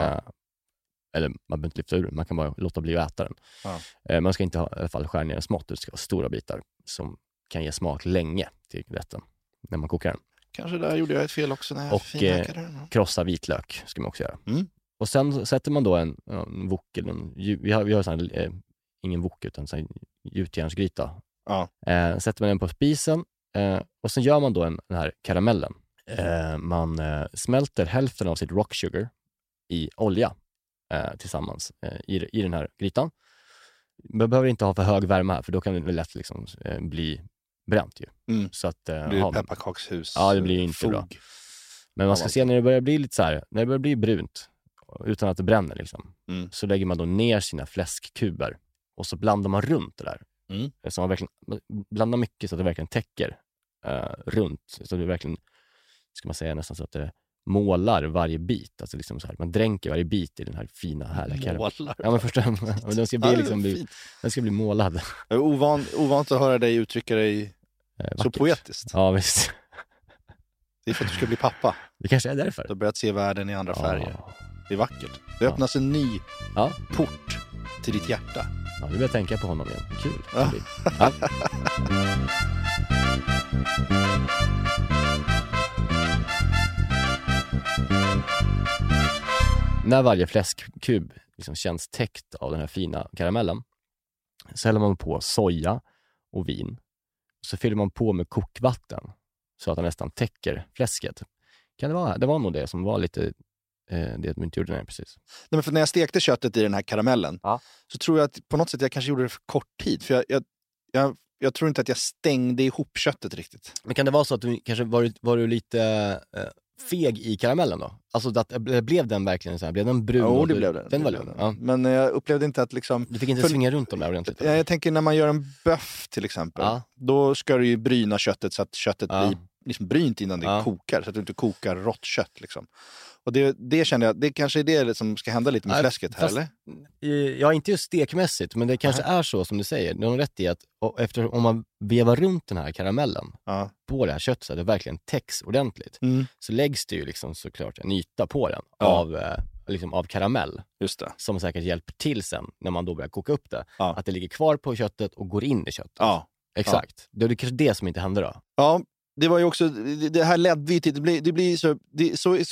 Eller man behöver inte lyfta ur, man kan bara låta bli att äta den. Man ska inte i alla fall skära ner den smått, det ska vara stora bitar som kan ge smak länge till rätten när man kokar den. Kanske där gjorde jag ett fel också när jag finhackade den. Och krossa vitlök ska man också göra. Och sen sätter man då en wok eller vi har sån här, ingen wok utan sån gjutjärnsgryta. Sätter man den på spisen och sen gör man då den här karamellen. Man smälter hälften av sitt rock sugar i olja tillsammans i den här grytan. Man behöver inte ha för hög värme här för då kan det lätt liksom bli bränt ju. Så att, det blir pepparkakshus. Ja, det blir ju inte bra. Men man ska se när det börjar bli lite så här, när det börjar bli brunt utan att det bränner liksom. Så lägger man då ner sina fläskkuber och så blandar man runt det där. Så man verkligen blandar mycket så att det verkligen täcker runt. Så det verkligen, ska man säga nästan så att det målar varje bit. Alltså liksom så här, man dränker varje bit i den här fina härliga karamellen. Ja, men förstår du? Den ska bli liksom den ska bli målad. Jag är ovant att höra dig uttrycka dig så poetiskt. Ja, visst. Det är för att du ska bli pappa. Det kanske är därför. Du har börjat se världen i andra färger. Det är vackert. Det öppnas en ny port till ditt hjärta. Ja, nu börjar jag tänka på honom igen. Kul. Ja. Ja. När varje fläskkub liksom känns täckt av den här fina karamellen så häller man på soja och vin. Så fyller man på med kokvatten så att den nästan täcker fläsket. Kan det vara? Det var nog det som var lite det du inte gjorde när precis. Nej, men för när jag stekte köttet i den här karamellen så tror jag att på något sätt jag kanske gjorde det för kort tid. För jag tror inte att jag stängde ihop köttet riktigt. Men kan det vara så att du kanske var du lite feg i karamellen då? Alltså att, blev den verkligen så här? Blev den brun? Jo, det blev den. Den var lugn. Ja. Men jag upplevde inte att liksom... Du fick inte svinga runt dem där ordentligt? Jag tänker när man gör en böff till exempel. Då ska du ju bryna köttet så att köttet blir liksom brynt innan det kokar. Så att du inte kokar rått kött liksom. Och det känner jag, det kanske är det som ska hända lite med fläsket här, eller? Ja, inte just stekmässigt, men det kanske är så som du säger. Du har rätt i att om man vevar runt den här karamellen på det här köttet så att det verkligen täcks ordentligt, så läggs det ju liksom såklart en yta på den av karamell. Just det. Som säkert hjälper till sen när man då börjar koka upp det. Att det ligger kvar på köttet och går in i köttet. Ja. Exakt. Det är kanske det som inte händer då. Ja. Det var ju också, det här ledde vi till, det blir så, det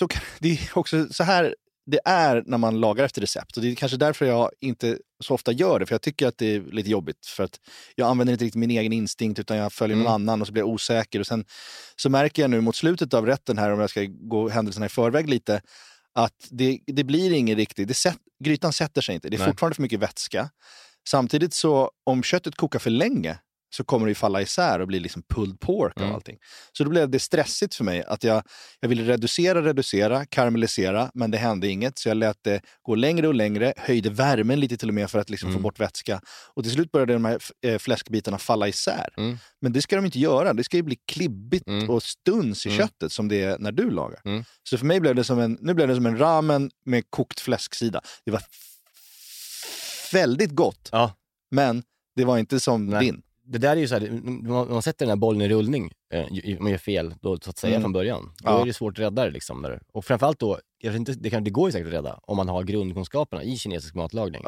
är också så här det är när man lagar efter recept. Och det är kanske därför jag inte så ofta gör det, för jag tycker att det är lite jobbigt. För att jag använder inte riktigt min egen instinkt, utan jag följer någon annan och så blir jag osäker. Och sen så märker jag nu mot slutet av rätten här, om jag ska gå händelserna i förväg lite, att det blir ingen riktigt, grytan sätter sig inte. Det är fortfarande för mycket vätska. Samtidigt så, om köttet kokar för länge, så kommer det ju falla isär och bli liksom pulled pork och allting. Så då blev det stressigt för mig att jag ville reducera, karamellisera, men det hände inget. Så jag lät det gå längre och längre, höjde värmen lite till och med för att liksom få bort vätska. Och till slut började de här fläskbitarna falla isär. Men det ska de inte göra. Det ska ju bli klibbigt och stuns i köttet som det är när du lagar. Så för mig blev det som en ramen med kokt fläsksida. Det var väldigt gott, men det var inte som din. Det där är ju så här, man sätter den här bollen i rullning, man gör fel då, så att säga från början. Då är det svårt att rädda det liksom. Och framförallt då, jag vet inte, det går ju säkert att rädda om man har grundkunskaperna i kinesisk matlagning.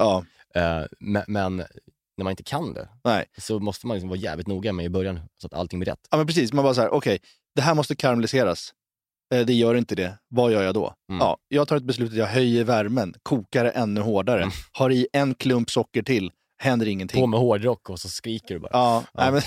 Men när man inte kan det, så måste man liksom vara jävligt noga med i början så att allting blir rätt. Ja, men precis. Man bara så här, okej, det här måste karamelliseras. Det gör inte det. Vad gör jag då? Ja, jag tar ett beslut att jag höjer värmen, kokar det ännu hårdare, har i en klump socker till. Händer ingenting. På med hårdrock och så skriker du bara.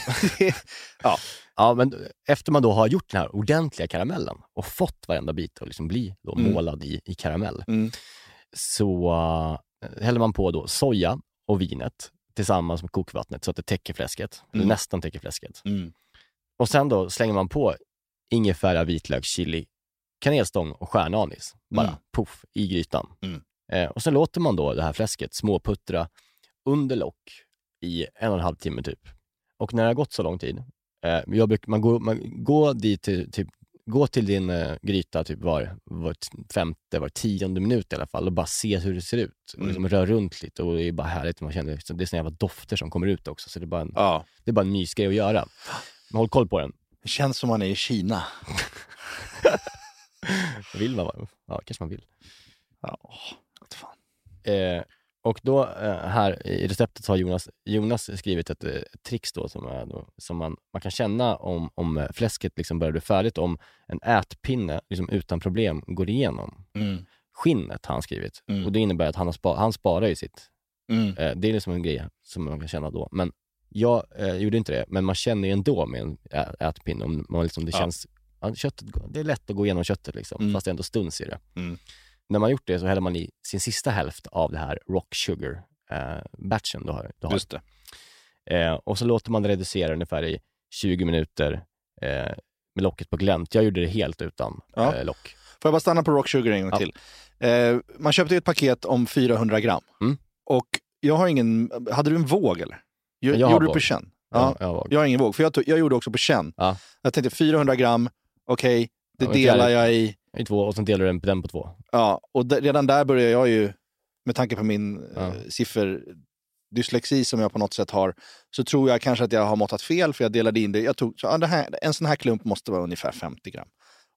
Men efter man då har gjort den här ordentliga karamellen och fått varenda bit att liksom bli då målad i karamell, så häller man på då soja och vinet tillsammans med kokvattnet så att det täcker fläsket. Eller nästan täcker fläsket. Och sen då slänger man på ingefära, vitlök, chili, kanelstång och stjärnanis. Bara puff i grytan. Och sen låter man då det här fläsket småputtra under lock i 1,5 timme typ. Och när det har gått så lång tid, gå till din gryta typ var 10:e minut i alla fall och bara se hur det ser ut. Och liksom rör runt lite och det är bara härligt. Man känner liksom, det är såna jävla dofter som kommer ut också, så det är bara en mysgrej att göra. Men håll koll på den. Det känns som man är i Kina. Vill man vara? Ja, kanske man vill. Ja, vad fan. Och då här i receptet så har Jonas skrivit ett tricks då som man kan känna om fläsket liksom börjar bli färdigt, om en ätpinne liksom utan problem går igenom. Skinnet har han skrivit. Och det innebär att han sparar ju sitt. Det är liksom en grej som man kan känna då. Men jag gjorde inte det, men man känner ju ändå med en ätpinne om man liksom, det känns köttet, det är lätt att gå igenom köttet liksom, fast det ändå stuns i det. När man gjort det så häller man i sin sista hälft av det här rock sugar batchen du har. Just det. Och så låter man det reducera ungefär i 20 minuter med locket på glänt. Jag gjorde det helt utan lock. Får jag bara stanna på rock sugar en gång till? Man köpte ett paket om 400 gram. Och jag har ingen... Hade du en våg eller? Gjorde du på känn? Ja, jag har ingen våg. För jag gjorde också på känn. Jag tänkte 400 gram, okej, det delar jag i 2 och sen delar du den på 2. Ja, och redan där börjar jag ju, med tanke på min sifferdyslexi som jag på något sätt har, så tror jag kanske att jag har måttat fel, för jag delade in det. En sån här klump måste vara ungefär 50 gram.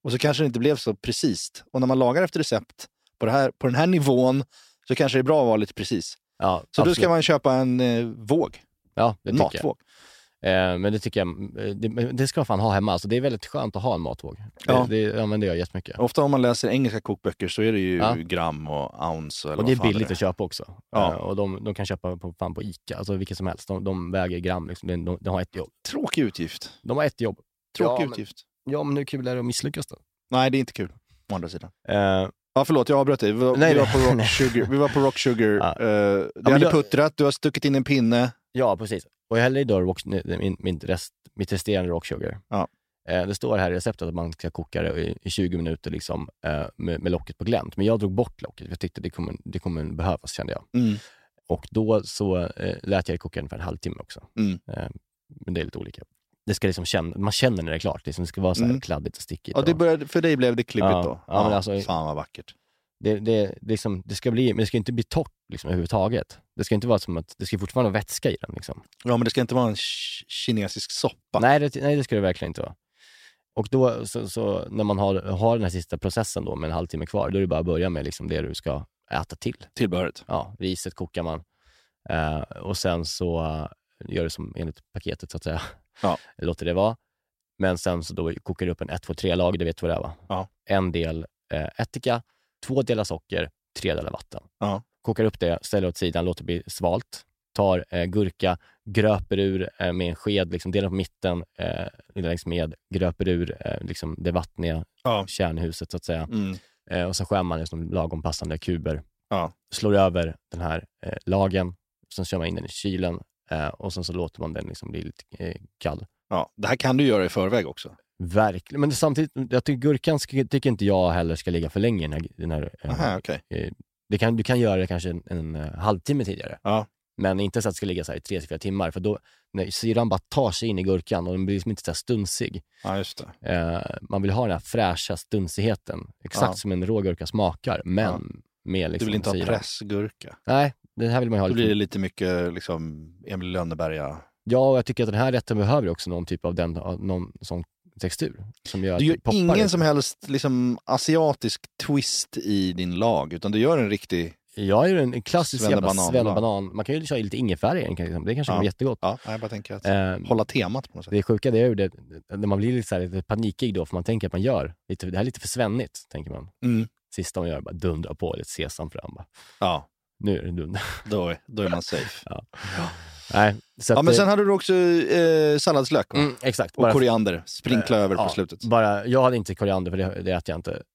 Och så kanske det inte blev så precis. Och när man lagar efter recept på den här nivån så kanske det är bra att vara lite precis. Ja, så absolut. Då ska man köpa en våg. Ja, det tycker matvåg. Men det tycker jag, det ska man fan ha hemma. Alltså, det är väldigt skönt att ha en matvåg. Ja. Det använder jag jättemycket. Ofta om man läser engelska kokböcker så är det ju gram och ounce. Eller och det är billigt att köpa också. Ja. Och de kan köpa på Ica, alltså vilket som helst. De väger gram, liksom. De har ett jobb. Tråkig utgift. De har ett jobb. Tråkig utgift. Men hur kul är det att misslyckas då? Nej, det är inte kul. Å andra sidan. Ja, förlåt, jag avbröt dig. Vi var på Rock Sugar. Det hade puttrat, du har stuckit in en pinne. Ja, precis. Och jag häller idag mitt resterande Rock Sugar. Ja. Det står här i receptet att man ska koka det i 20 minuter liksom, med locket på glänt. Men jag drog bort locket. Jag tyckte det kommer behövas, kände jag. Mm. Och då så lät jag det koka ungefär en halvtimme också. Mm. Men det är lite olika. Det ska liksom man känner när det är klart. Det ska vara så här kladdigt och stickigt. Ja, för dig blev det klippigt då. Ja, men alltså, fan vad vackert. Det ska bli, men det ska inte bli torrt liksom, överhuvudtaget. Det ska inte vara som att det ska fortfarande vara vätska i den. Liksom. Ja, men det ska inte vara en kinesisk soppa. Nej, det ska det verkligen inte vara. Och då, så när man har den här sista processen då med en halvtimme kvar, då är det bara att börja med liksom det du ska äta till. Tillbehöret. Ja, riset kokar man. Och sen så gör det som enligt paketet så att säga. Ja. Låter det vara. Men sen så då kokar du upp en 1-2-3-lag, det vet vad det är va? Ja. En del ättika, 2 delar socker, 3 delar vatten. Ja. Kokar upp det, ställer åt sidan, låter det bli svalt. Tar gurka, gröper ur med en sked, liksom delar på mitten, längs med, gröper ur liksom det vattniga kärnhuset så att säga. Och så skär man liksom lagom passande kuber. Ja. Slår över den här lagen, sen kör man in den i kylen och sen så låter man den liksom bli lite kall. Ja, det här kan du göra i förväg också. Verkligen, men samtidigt, jag tycker gurkan tycker inte jag heller ska ligga för länge i den här Aha, okay. Du kan göra det kanske en halvtimme tidigare. Ja. Men inte så att det ska ligga så här i 3-4 timmar. För då, när syran bara tar sig in i gurkan och den blir liksom inte så här stunsig. Ja, just det. Man vill ha den här fräscha stunsigheten. Exakt som en rågurka smakar. Men med liksom du vill inte syran. ha pressgurka. Nej, det här vill man ha. Då blir det lite mycket liksom Emil Lönneberga. Ja, och jag tycker att den här rätten behöver också någon typ av någon sån textur. Som gör du gör ingen lite. som helst liksom asiatisk twist i din lag. Utan du gör en riktig... Jag är en klassisk svennebanan. Man kan ju köra lite ingefära egentligen. Det kanske är jättegott. Ja, jag bara tänker att hålla temat på något sätt. Det sjuka det är ju det, när man blir lite, så här, lite panikig då, för man tänker att man gör lite, det här är lite för svennigt, tänker man. Sista man gör bara dundra på lite sesam fram. Bara. Ja. Nu är det dundra. Då är man safe. Ja. Nej, så ja, men sen hade du också salladslök exakt, och koriander. Sprinkla över på slutet. Jag hade inte koriander, för det äter jag inte.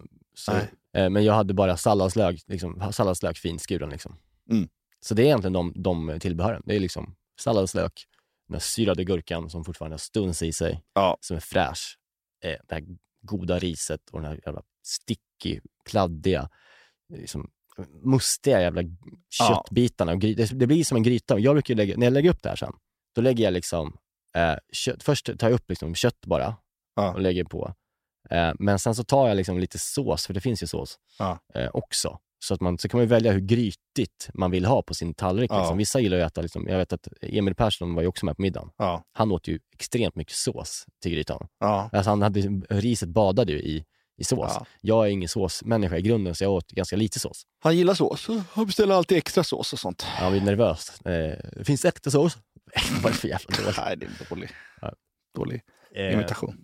Men jag hade bara salladslök finskuren. Liksom. Så det är egentligen de tillbehören. Det är liksom salladslök, den här syrade gurkan som fortfarande har stuns i sig, som är fräsch. Det här goda riset och den här jävla sticky, kladdiga, liksom, mustiga jävla köttbitarna. Det blir som en gryta. Jag brukar när jag lägger upp det här sen, då lägger jag liksom kött. Först tar jag upp liksom kött bara och lägger på. Men sen så tar jag liksom lite sås, för det finns ju sås också. Så att så kan man välja hur grytigt man vill ha på sin tallrik. Liksom. Vissa gillar att äta, liksom, jag vet att Emil Persson var ju också med på middagen. Han åt ju extremt mycket sås till grytan. Alltså riset badade ju i sås. Jag är ingen såsmänniska i grunden, så jag åt ganska lite sås. Han gillar sås. Han beställer alltid extra sås och sånt. Han blir nervös. Finns det extra sås? Vad är det för jävla dåligt? Nej, det är dålig imitation.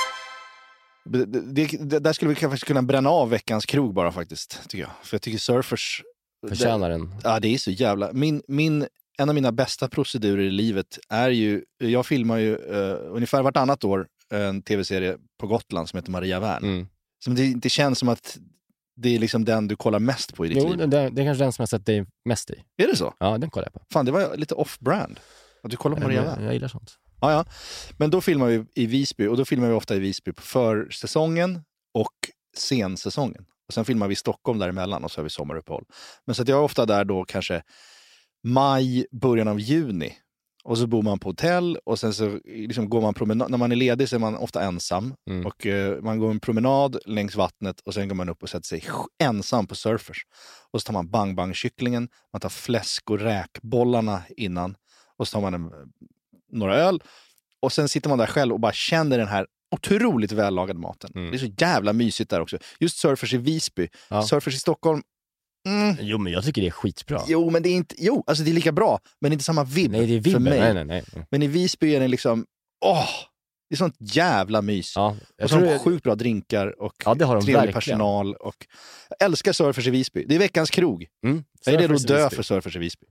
Där skulle vi kanske kunna bränna av veckans krog bara faktiskt, tycker jag. För jag tycker Surfers... Förtjänar den. Ja, det är så jävla... En av mina bästa procedurer i livet är ju... Jag filmar ju ungefär vartannat år en tv-serie på Gotland som heter Maria Wern. Som det känns som att det är liksom den du kollar mest på i ditt liv. Det är kanske den som jag sett dig mest i. Är det så? Ja, den kollar jag på. Fan, det var lite off-brand. Att du kollar på Maria Wern. Jag gillar sånt. Ja. Men då filmar vi i Visby, och då filmar vi ofta i Visby på försäsongen och sensäsongen. Och sen filmar vi i Stockholm däremellan, och så har vi sommaruppehåll. Men så att jag är ofta där då kanske maj, början av juni. Och så bor man på hotell, och sen så liksom går man promenad. När man är ledig så är man ofta ensam. Och man går en promenad längs vattnet, och sen går man upp och sätter sig ensam på Surfers. Och så tar man bang-bang-kycklingen, man tar fläsk- och räkbollarna innan. Och så tar man några öl. Och sen sitter man där själv och bara känner den här otroligt vällagad maten. Det är så jävla mysigt där också. Just Surfers i Visby. Surfers i Stockholm. Jo, men jag tycker det är skitbra. Jo, men det är inte... Jo, alltså det är lika bra. Men inte samma vibb, Nej, det är vibb. för mig. Nej. Men i Visby är det liksom... det är sånt jävla mys. Ja, och så har de sjukt bra drinkar och det har de trevlig verkligen. personal. Och jag älskar Surfers i Visby. Det är veckans krog. Jag är redo att dö för Surfers i Visby.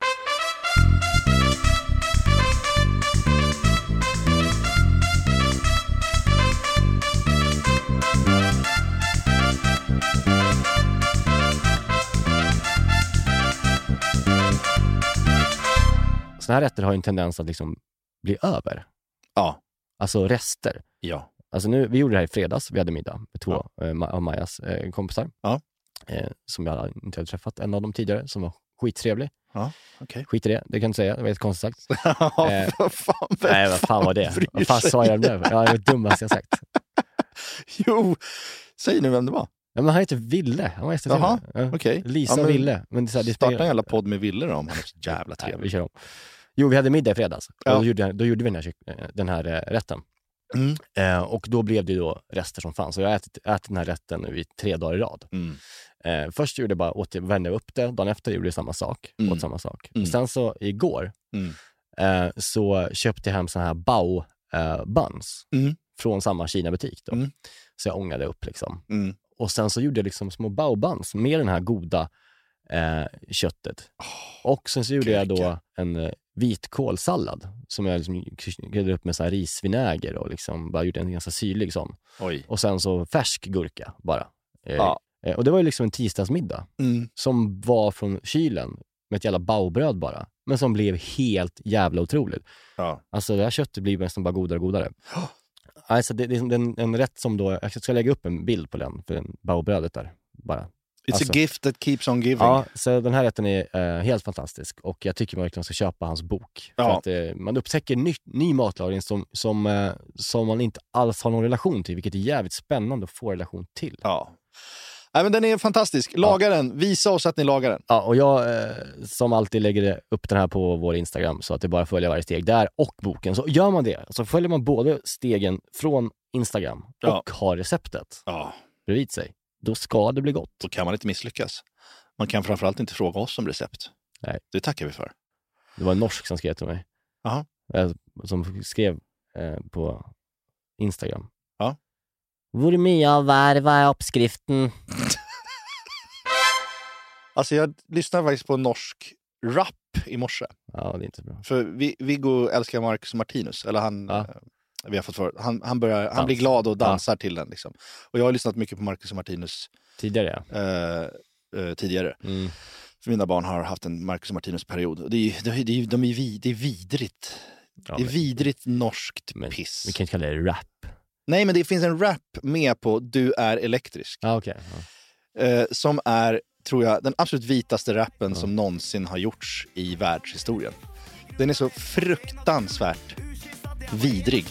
Såna här rätter har ju en tendens att liksom bli över. Ja. Alltså rester. Ja. Alltså nu, vi gjorde det här i fredags. Vi hade middag med 2 av Majas kompisar. Ja. Som jag inte hade träffat. En av dem tidigare som var skittrevlig. Ja, okej. Skit i det, det kan jag inte säga. Det var helt konstigt sagt. Vad fan var det? Vad fan sa jag nu? Ja, det var det dummaste jag sagt. Jo, säg nu vem det var. Ja, men han heter Ville. Han var Jaha, okej. Lisa Ville. Men det är så här, starta en jävla podd med Ville då, om han är så jävla trevlig. Nej, vi kör om. Jo, vi hade middag i fredags. Och då gjorde vi den här rätten. Och då blev det då rester som fanns. Så jag har ätit den här rätten nu i 3 dagar i rad. Först gjorde jag bara vände upp det. Dagen efter gjorde jag samma sak. Åt samma sak. Sen så igår så köpte jag hem såna här bao buns från samma Kina-butik då. Så jag ångade upp liksom. Och sen så gjorde jag liksom små bao buns med den här goda köttet. Och sen så gjorde jag då en vitkålsallad som jag liksom kryddade upp med så här risvinäger och liksom bara gjorde en ganska syrlig sån. Oj. Och sen så färsk gurka bara. Och det var ju liksom en tisdagsmiddag som var från kylen med ett jävla baobröd bara. Men som blev helt jävla otroligt. Ja. Alltså det här köttet blir nästan bara godare och godare. Alltså det är en rätt som då, jag ska lägga upp en bild på den för den baobrödet där bara. It's a gift that keeps on giving. Ja, så den här rätten är helt fantastisk. Och jag tycker man verkligen ska köpa hans bok. För att man upptäcker ny matlagning som man inte alls har någon relation till. Vilket är jävligt spännande att få relation till. Ja. Nej, men den är fantastisk. Laga den. Visa oss att ni lagar den. Ja, och jag som alltid lägger upp den här på vår Instagram. Så att det bara följer varje steg där och boken. Så gör man det. Så följer man både stegen från Instagram och har receptet bredvid sig. Då ska det bli gott. Då kan man inte misslyckas. Man kan framförallt inte fråga oss om recept. Nej. Det tackar vi för. Det var en norsk som skrev till mig. Aha. Som skrev på Instagram. Ja. Hvor mye av hver var uppskriften? Alltså jag lyssnade faktiskt på norsk rap i morse. Ja, det är inte bra. För Viggo älskar Marcus Martinus. Eller vi har fått för han blir glad och dansar till den liksom. Och jag har lyssnat mycket på Marcus Martinus tidigare. Tidigare. För mina barn har haft en Marcus Martinus period. Och det är vidrigt. Ja, det är vidrigt norskt piss. Vi kan inte kalla det rap. Nej, men det finns en rap med på Du är elektrisk. Okay. Som är, tror jag, den absolut vitaste rappen som någonsin har gjorts i världshistorien. Den är så fruktansvärt vidrig.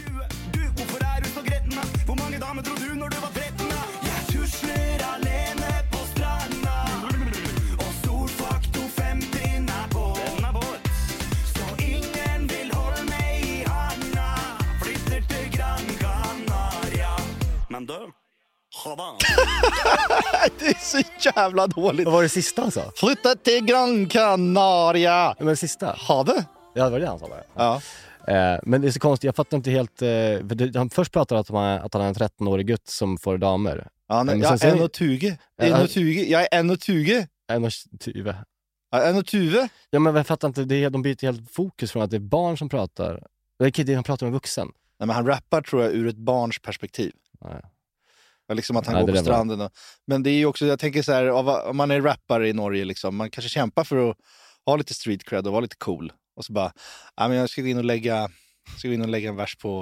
Det är så jävla dåligt. Vad var det sista han sa? Flytta till Gran Canaria. Men det sista? Have? Ja, det var det han sa bara. Ja. Men det är så konstigt, jag fattar inte helt. Han först pratade att han är en 13-årig gutt som får damer. Ja, men jag är 1,20. Jag är 1,20. 1,20. Ja, 1,20. Ja, men jag fattar inte, de byter helt fokus från att det är barn som pratar. Han pratar med vuxen. Nej, men han rappar tror jag ur ett barns perspektiv. Ja. Liksom att han går på stranden. Men det är ju också, jag tänker så här, om man är rappare i Norge liksom, man kanske kämpar för att ha lite street cred och vara lite cool. Och så bara, men jag ska gå in och lägga en vers på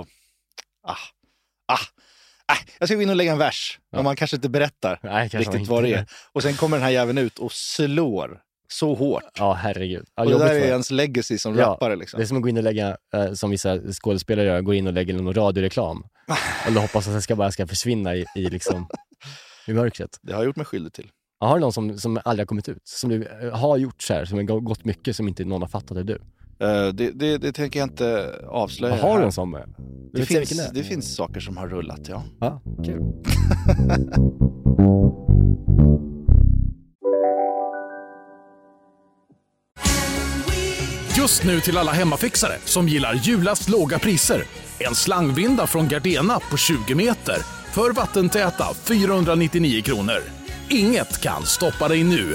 jag ska gå in och lägga en vers. Men man kanske inte berättar riktigt vad det är. Och sen kommer den här jäveln ut och slår så hårt. Ja, herregud. Ja, och det där är ens legacy som rappare liksom. Det är som att gå in och lägga, som vissa skådespelare gör, gå in och lägga någon radioreklam. Eller hoppas att det ska försvinna i liksom i mörkret. Det har jag gjort mig skyldig till. Har du någon som aldrig har kommit ut? Som du har gjort så här, som har gått mycket, som inte någon har fattat, är du? Det tänker jag inte avslöja. Har du en sån med? Det finns saker som har rullat, ja. Ja, kul. Just nu till alla hemmafixare som gillar Julas låga priser. En slangvinda från Gardena på 20 meter för vattentäta 499 kronor. Inget kan stoppa dig nu.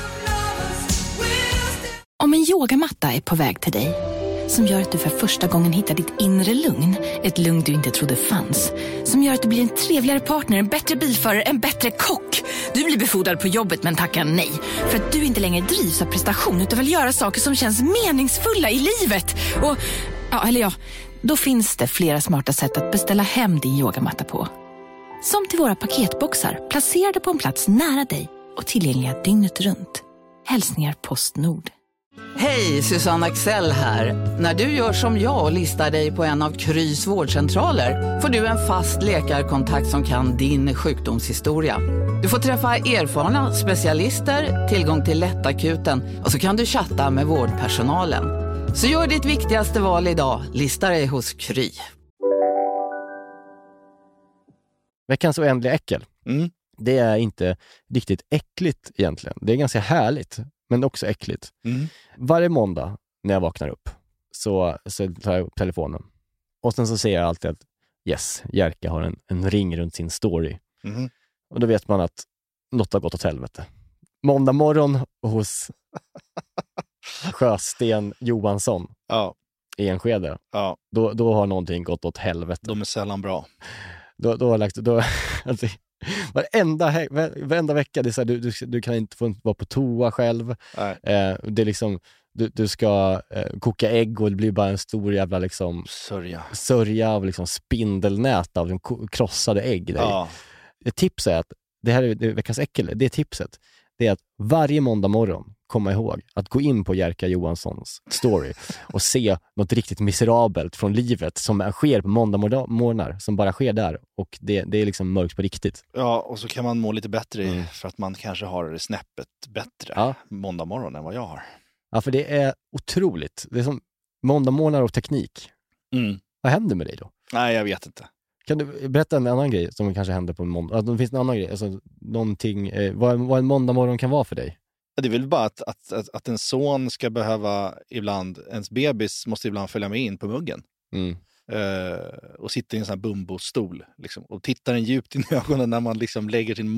Om en yogamatta är på väg till dig, som gör att du för första gången hittar ditt inre lugn, ett lugn du inte trodde fanns, som gör att du blir en trevligare partner, en bättre bilförare, en bättre kock. Du blir befordrad på jobbet men tackar nej, för att du inte längre drivs av prestation utan vill göra saker som känns meningsfulla i livet. Och, då finns det flera smarta sätt att beställa hem din yogamatta på. Som till våra paketboxar, placerade på en plats nära dig och tillgängliga dygnet runt. Hälsningar Postnord. Hej, Susanne Axel här. När du gör som jag och listar dig på en av Krys vårdcentraler får du en fast läkarkontakt som kan din sjukdomshistoria. Du får träffa erfarna specialister, tillgång till lättakuten och så kan du chatta med vårdpersonalen. Så gör ditt viktigaste val idag, lista dig hos Kry. Veckans oändliga äckel. Det är inte riktigt äckligt egentligen. Det är ganska härligt, men också äckligt. Varje måndag när jag vaknar upp så tar jag upp telefonen. Och sen så ser jag alltid att Jerka har en ring runt sin story. Och då vet man att något har gått åt helvete. Måndag morgon hos Sjösten Johansson i Enskede. Då har någonting gått åt helvete. De är sällan bra. Då har lagt... Alltså, varenda vecka det är så här, du kan inte få vara på toa själv. Det är liksom du ska koka ägg och det blir bara en stor jävla liksom sörja av liksom spindelnät av krossade ägg där. Ett tips är att det här är veckans äckel. Det tipset. Det är att varje måndag morgon komma ihåg att gå in på Jerka Johanssons story och se något riktigt miserabelt från livet som sker på måndag morgnar, som bara sker där, och det är liksom mörkt på riktigt. Ja, och så kan man må lite bättre för att man kanske har det snäppet bättre måndag morgon än vad jag har. Ja, för det är otroligt. Det är som måndag morgnar och teknik. Vad händer med dig då? Nej, jag vet inte. Kan du berätta en annan grej som kanske händer på en måndag? Alltså, det finns en annan grej, alltså, någonting, vad en måndag morgon kan vara för dig? Det är väl bara att en son ska behöva ibland, ens bebis måste ibland följa med in på muggen. Och sitta i en sån här bumbostol liksom, och tittar en djupt i ögonen när man liksom lägger sin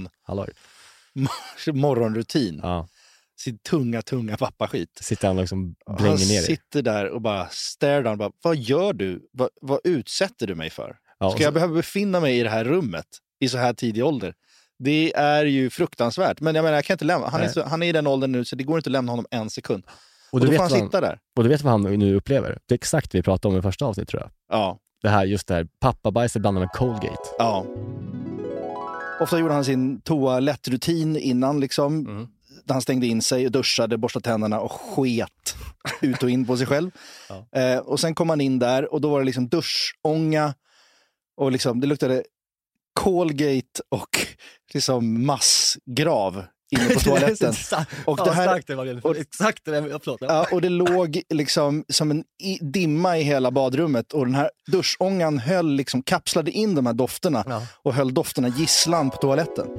morgonrutin. Sin tunga pappaskit. Sitter han liksom blänger ner dig. Sitter där och bara stär där och bara, vad gör du? Vad utsätter du mig för? Ska jag behöva befinna mig i det här rummet i så här tidig ålder? Det är ju fruktansvärt. Men jag menar, jag kan inte lämna. Han är i den åldern nu så det går inte att lämna honom en sekund. Och då får han sitta där. Och du vet vad han nu upplever? Det är exakt det vi pratade om i första avsnitt, tror jag. Ja. Just det här pappabajset blandat med Colgate. Ja. Ofta gjorde han sin toalettrutin innan liksom. Där han stängde in sig och duschade, borstade tänderna och sket ut och in på sig själv. Och sen kom han in där och då var det liksom duschånga och liksom det luktade Colgate och liksom massgrav inne på toaletten. Och det här, och det låg liksom som en dimma i hela badrummet och den här duschångan kapslade in de här dofterna och höll dofterna gisslan på toaletten.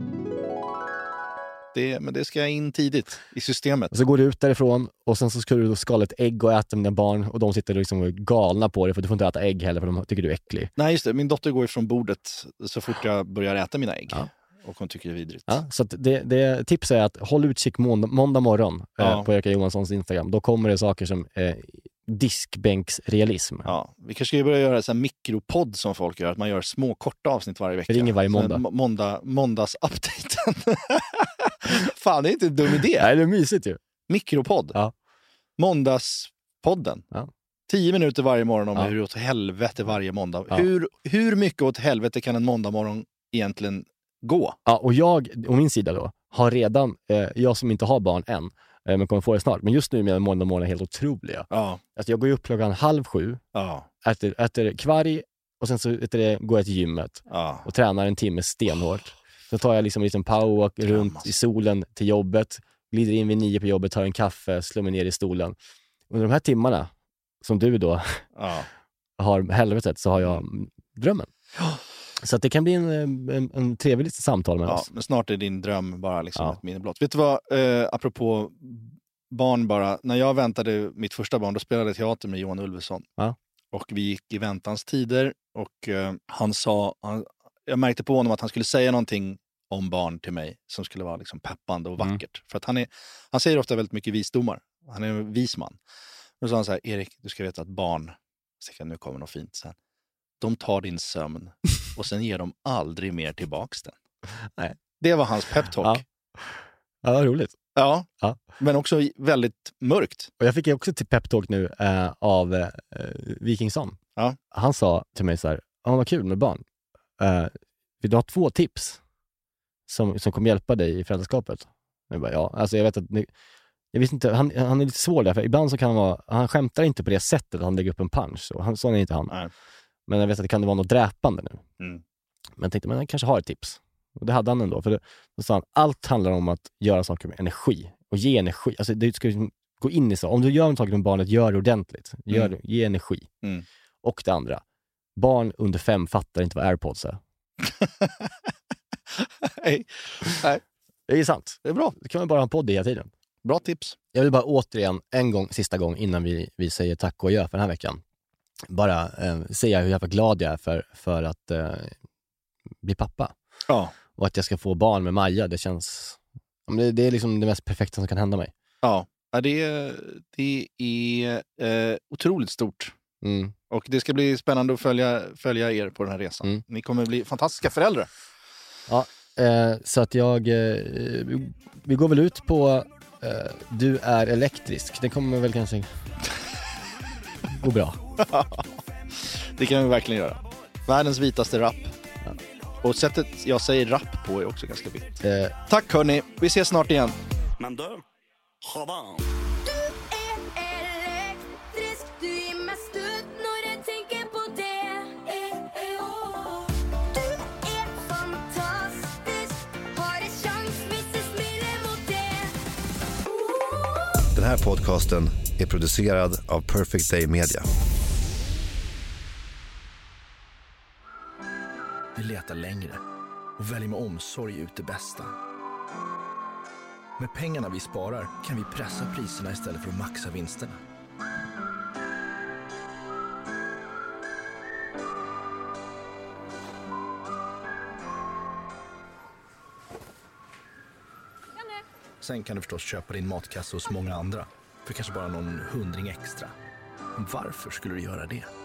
Men det ska in tidigt i systemet. Och så går du ut därifrån och sen så ska du då skala ett ägg och äta med dina barn och de sitter liksom galna på det för du får inte äta ägg heller för de tycker du är äcklig. Nej, just det. Min dotter går ifrån bordet så fort jag börjar äta mina ägg. Och hon tycker det är vidrigt. Så att det tips är att håll utkik måndag morgon på Jerka Johanssons Instagram. Då kommer det saker som diskbänksrealism. Vi kanske ska börja göra så här mikropodd som folk gör. Att man gör små korta avsnitt varje vecka. Det ringer varje måndag. Måndags-updaten. Fan, det är inte en dum idé. Nej, det är mysigt ju. Mikropodd. Måndagspodden. 10 minuter varje morgon om hur åt helvete varje måndag. Hur mycket åt helvete kan en måndag morgon egentligen gå? Och jag, och min sida då, har redan, jag som inte har barn än, men kommer få det snart, men just nu är måndag morgon helt otroliga. Alltså jag går ju upp 6:30, äter kvarg och sen så går jag till gymmet och tränar en timme stenhårt. Så tar jag liksom en liten powerwalk runt i solen till jobbet, glider in vid 9 på jobbet, tar en kaffe, slår mig ner i stolen. under de här timmarna som du då har helvetet, så har jag drömmen. Så att det kan bli en trevlig samtal med oss. Men snart är din dröm bara liksom ett minne blott. Vet du vad, apropå barn bara. När jag väntade mitt första barn, då spelade jag teater med Johan Ulveson. Ja. Och vi gick i väntans tider. Och jag märkte på honom att han skulle säga någonting om barn till mig som skulle vara liksom peppande och vackert. För att han säger ofta väldigt mycket visdomar. Han är en vis man. Och så sa han så här: Erik, du ska veta att barn, nu kommer något fint sen. De tar din sömn och sen ger de aldrig mer tillbaks den. Nej. Det var hans peptalk. Ja, vad roligt. Ja, men också väldigt mörkt. Och jag fick också till peptalk nu av Wikingsson. Ja. Han sa till mig så här: vad kul med barn. Vill du ha 2 tips som kommer hjälpa dig i föräldraskapet? Jag bara, alltså jag vet att jag visste inte, han är lite svår där, för ibland så kan han skämtar inte på det sättet att han lägger upp en punch. Sån är inte han. Nej. Men jag vet att det kan vara något dräpande nu. Mm. Men jag tänkte, han kanske har ett tips. Och det hade han ändå. För då sa han, allt handlar om att göra saker med energi. Och ge energi. Alltså du ska gå in i så. Om du gör en sak med barnet, gör det ordentligt. Ge energi. Mm. Och det andra. Barn under 5 fattar inte vad AirPods är. Nej. Det är sant. Det är bra. Det kan man bara ha en podd hela tiden. Bra tips. Jag vill bara återigen, sista gång innan vi säger tack och gör för den här veckan. Bara säga hur jävla glad jag är för att bli pappa. Ja. Och att jag ska få barn med Maja, det känns... Det är liksom det mest perfekta som kan hända mig. Ja, det är otroligt stort. Mm. Och det ska bli spännande att följa er på den här resan. Mm. Ni kommer bli fantastiska föräldrar. Ja, så att vi går väl ut på du är elektrisk. Det kommer väl kanske gå bra. Det kan vi verkligen göra. Världens vitaste rap. Ja. Och sättet jag säger rap på är också ganska vitt. Tack hörni, vi ses snart igen. Men du, Havan. Den här podcasten är producerad av Perfect Day Media. Vi letar längre och väljer med omsorg ut det bästa. Med pengarna vi sparar kan vi pressa priserna istället för att maxa vinsterna. Sen kan du förstås köpa din matkasse hos många andra för kanske bara någon 100 extra. Varför skulle du göra det?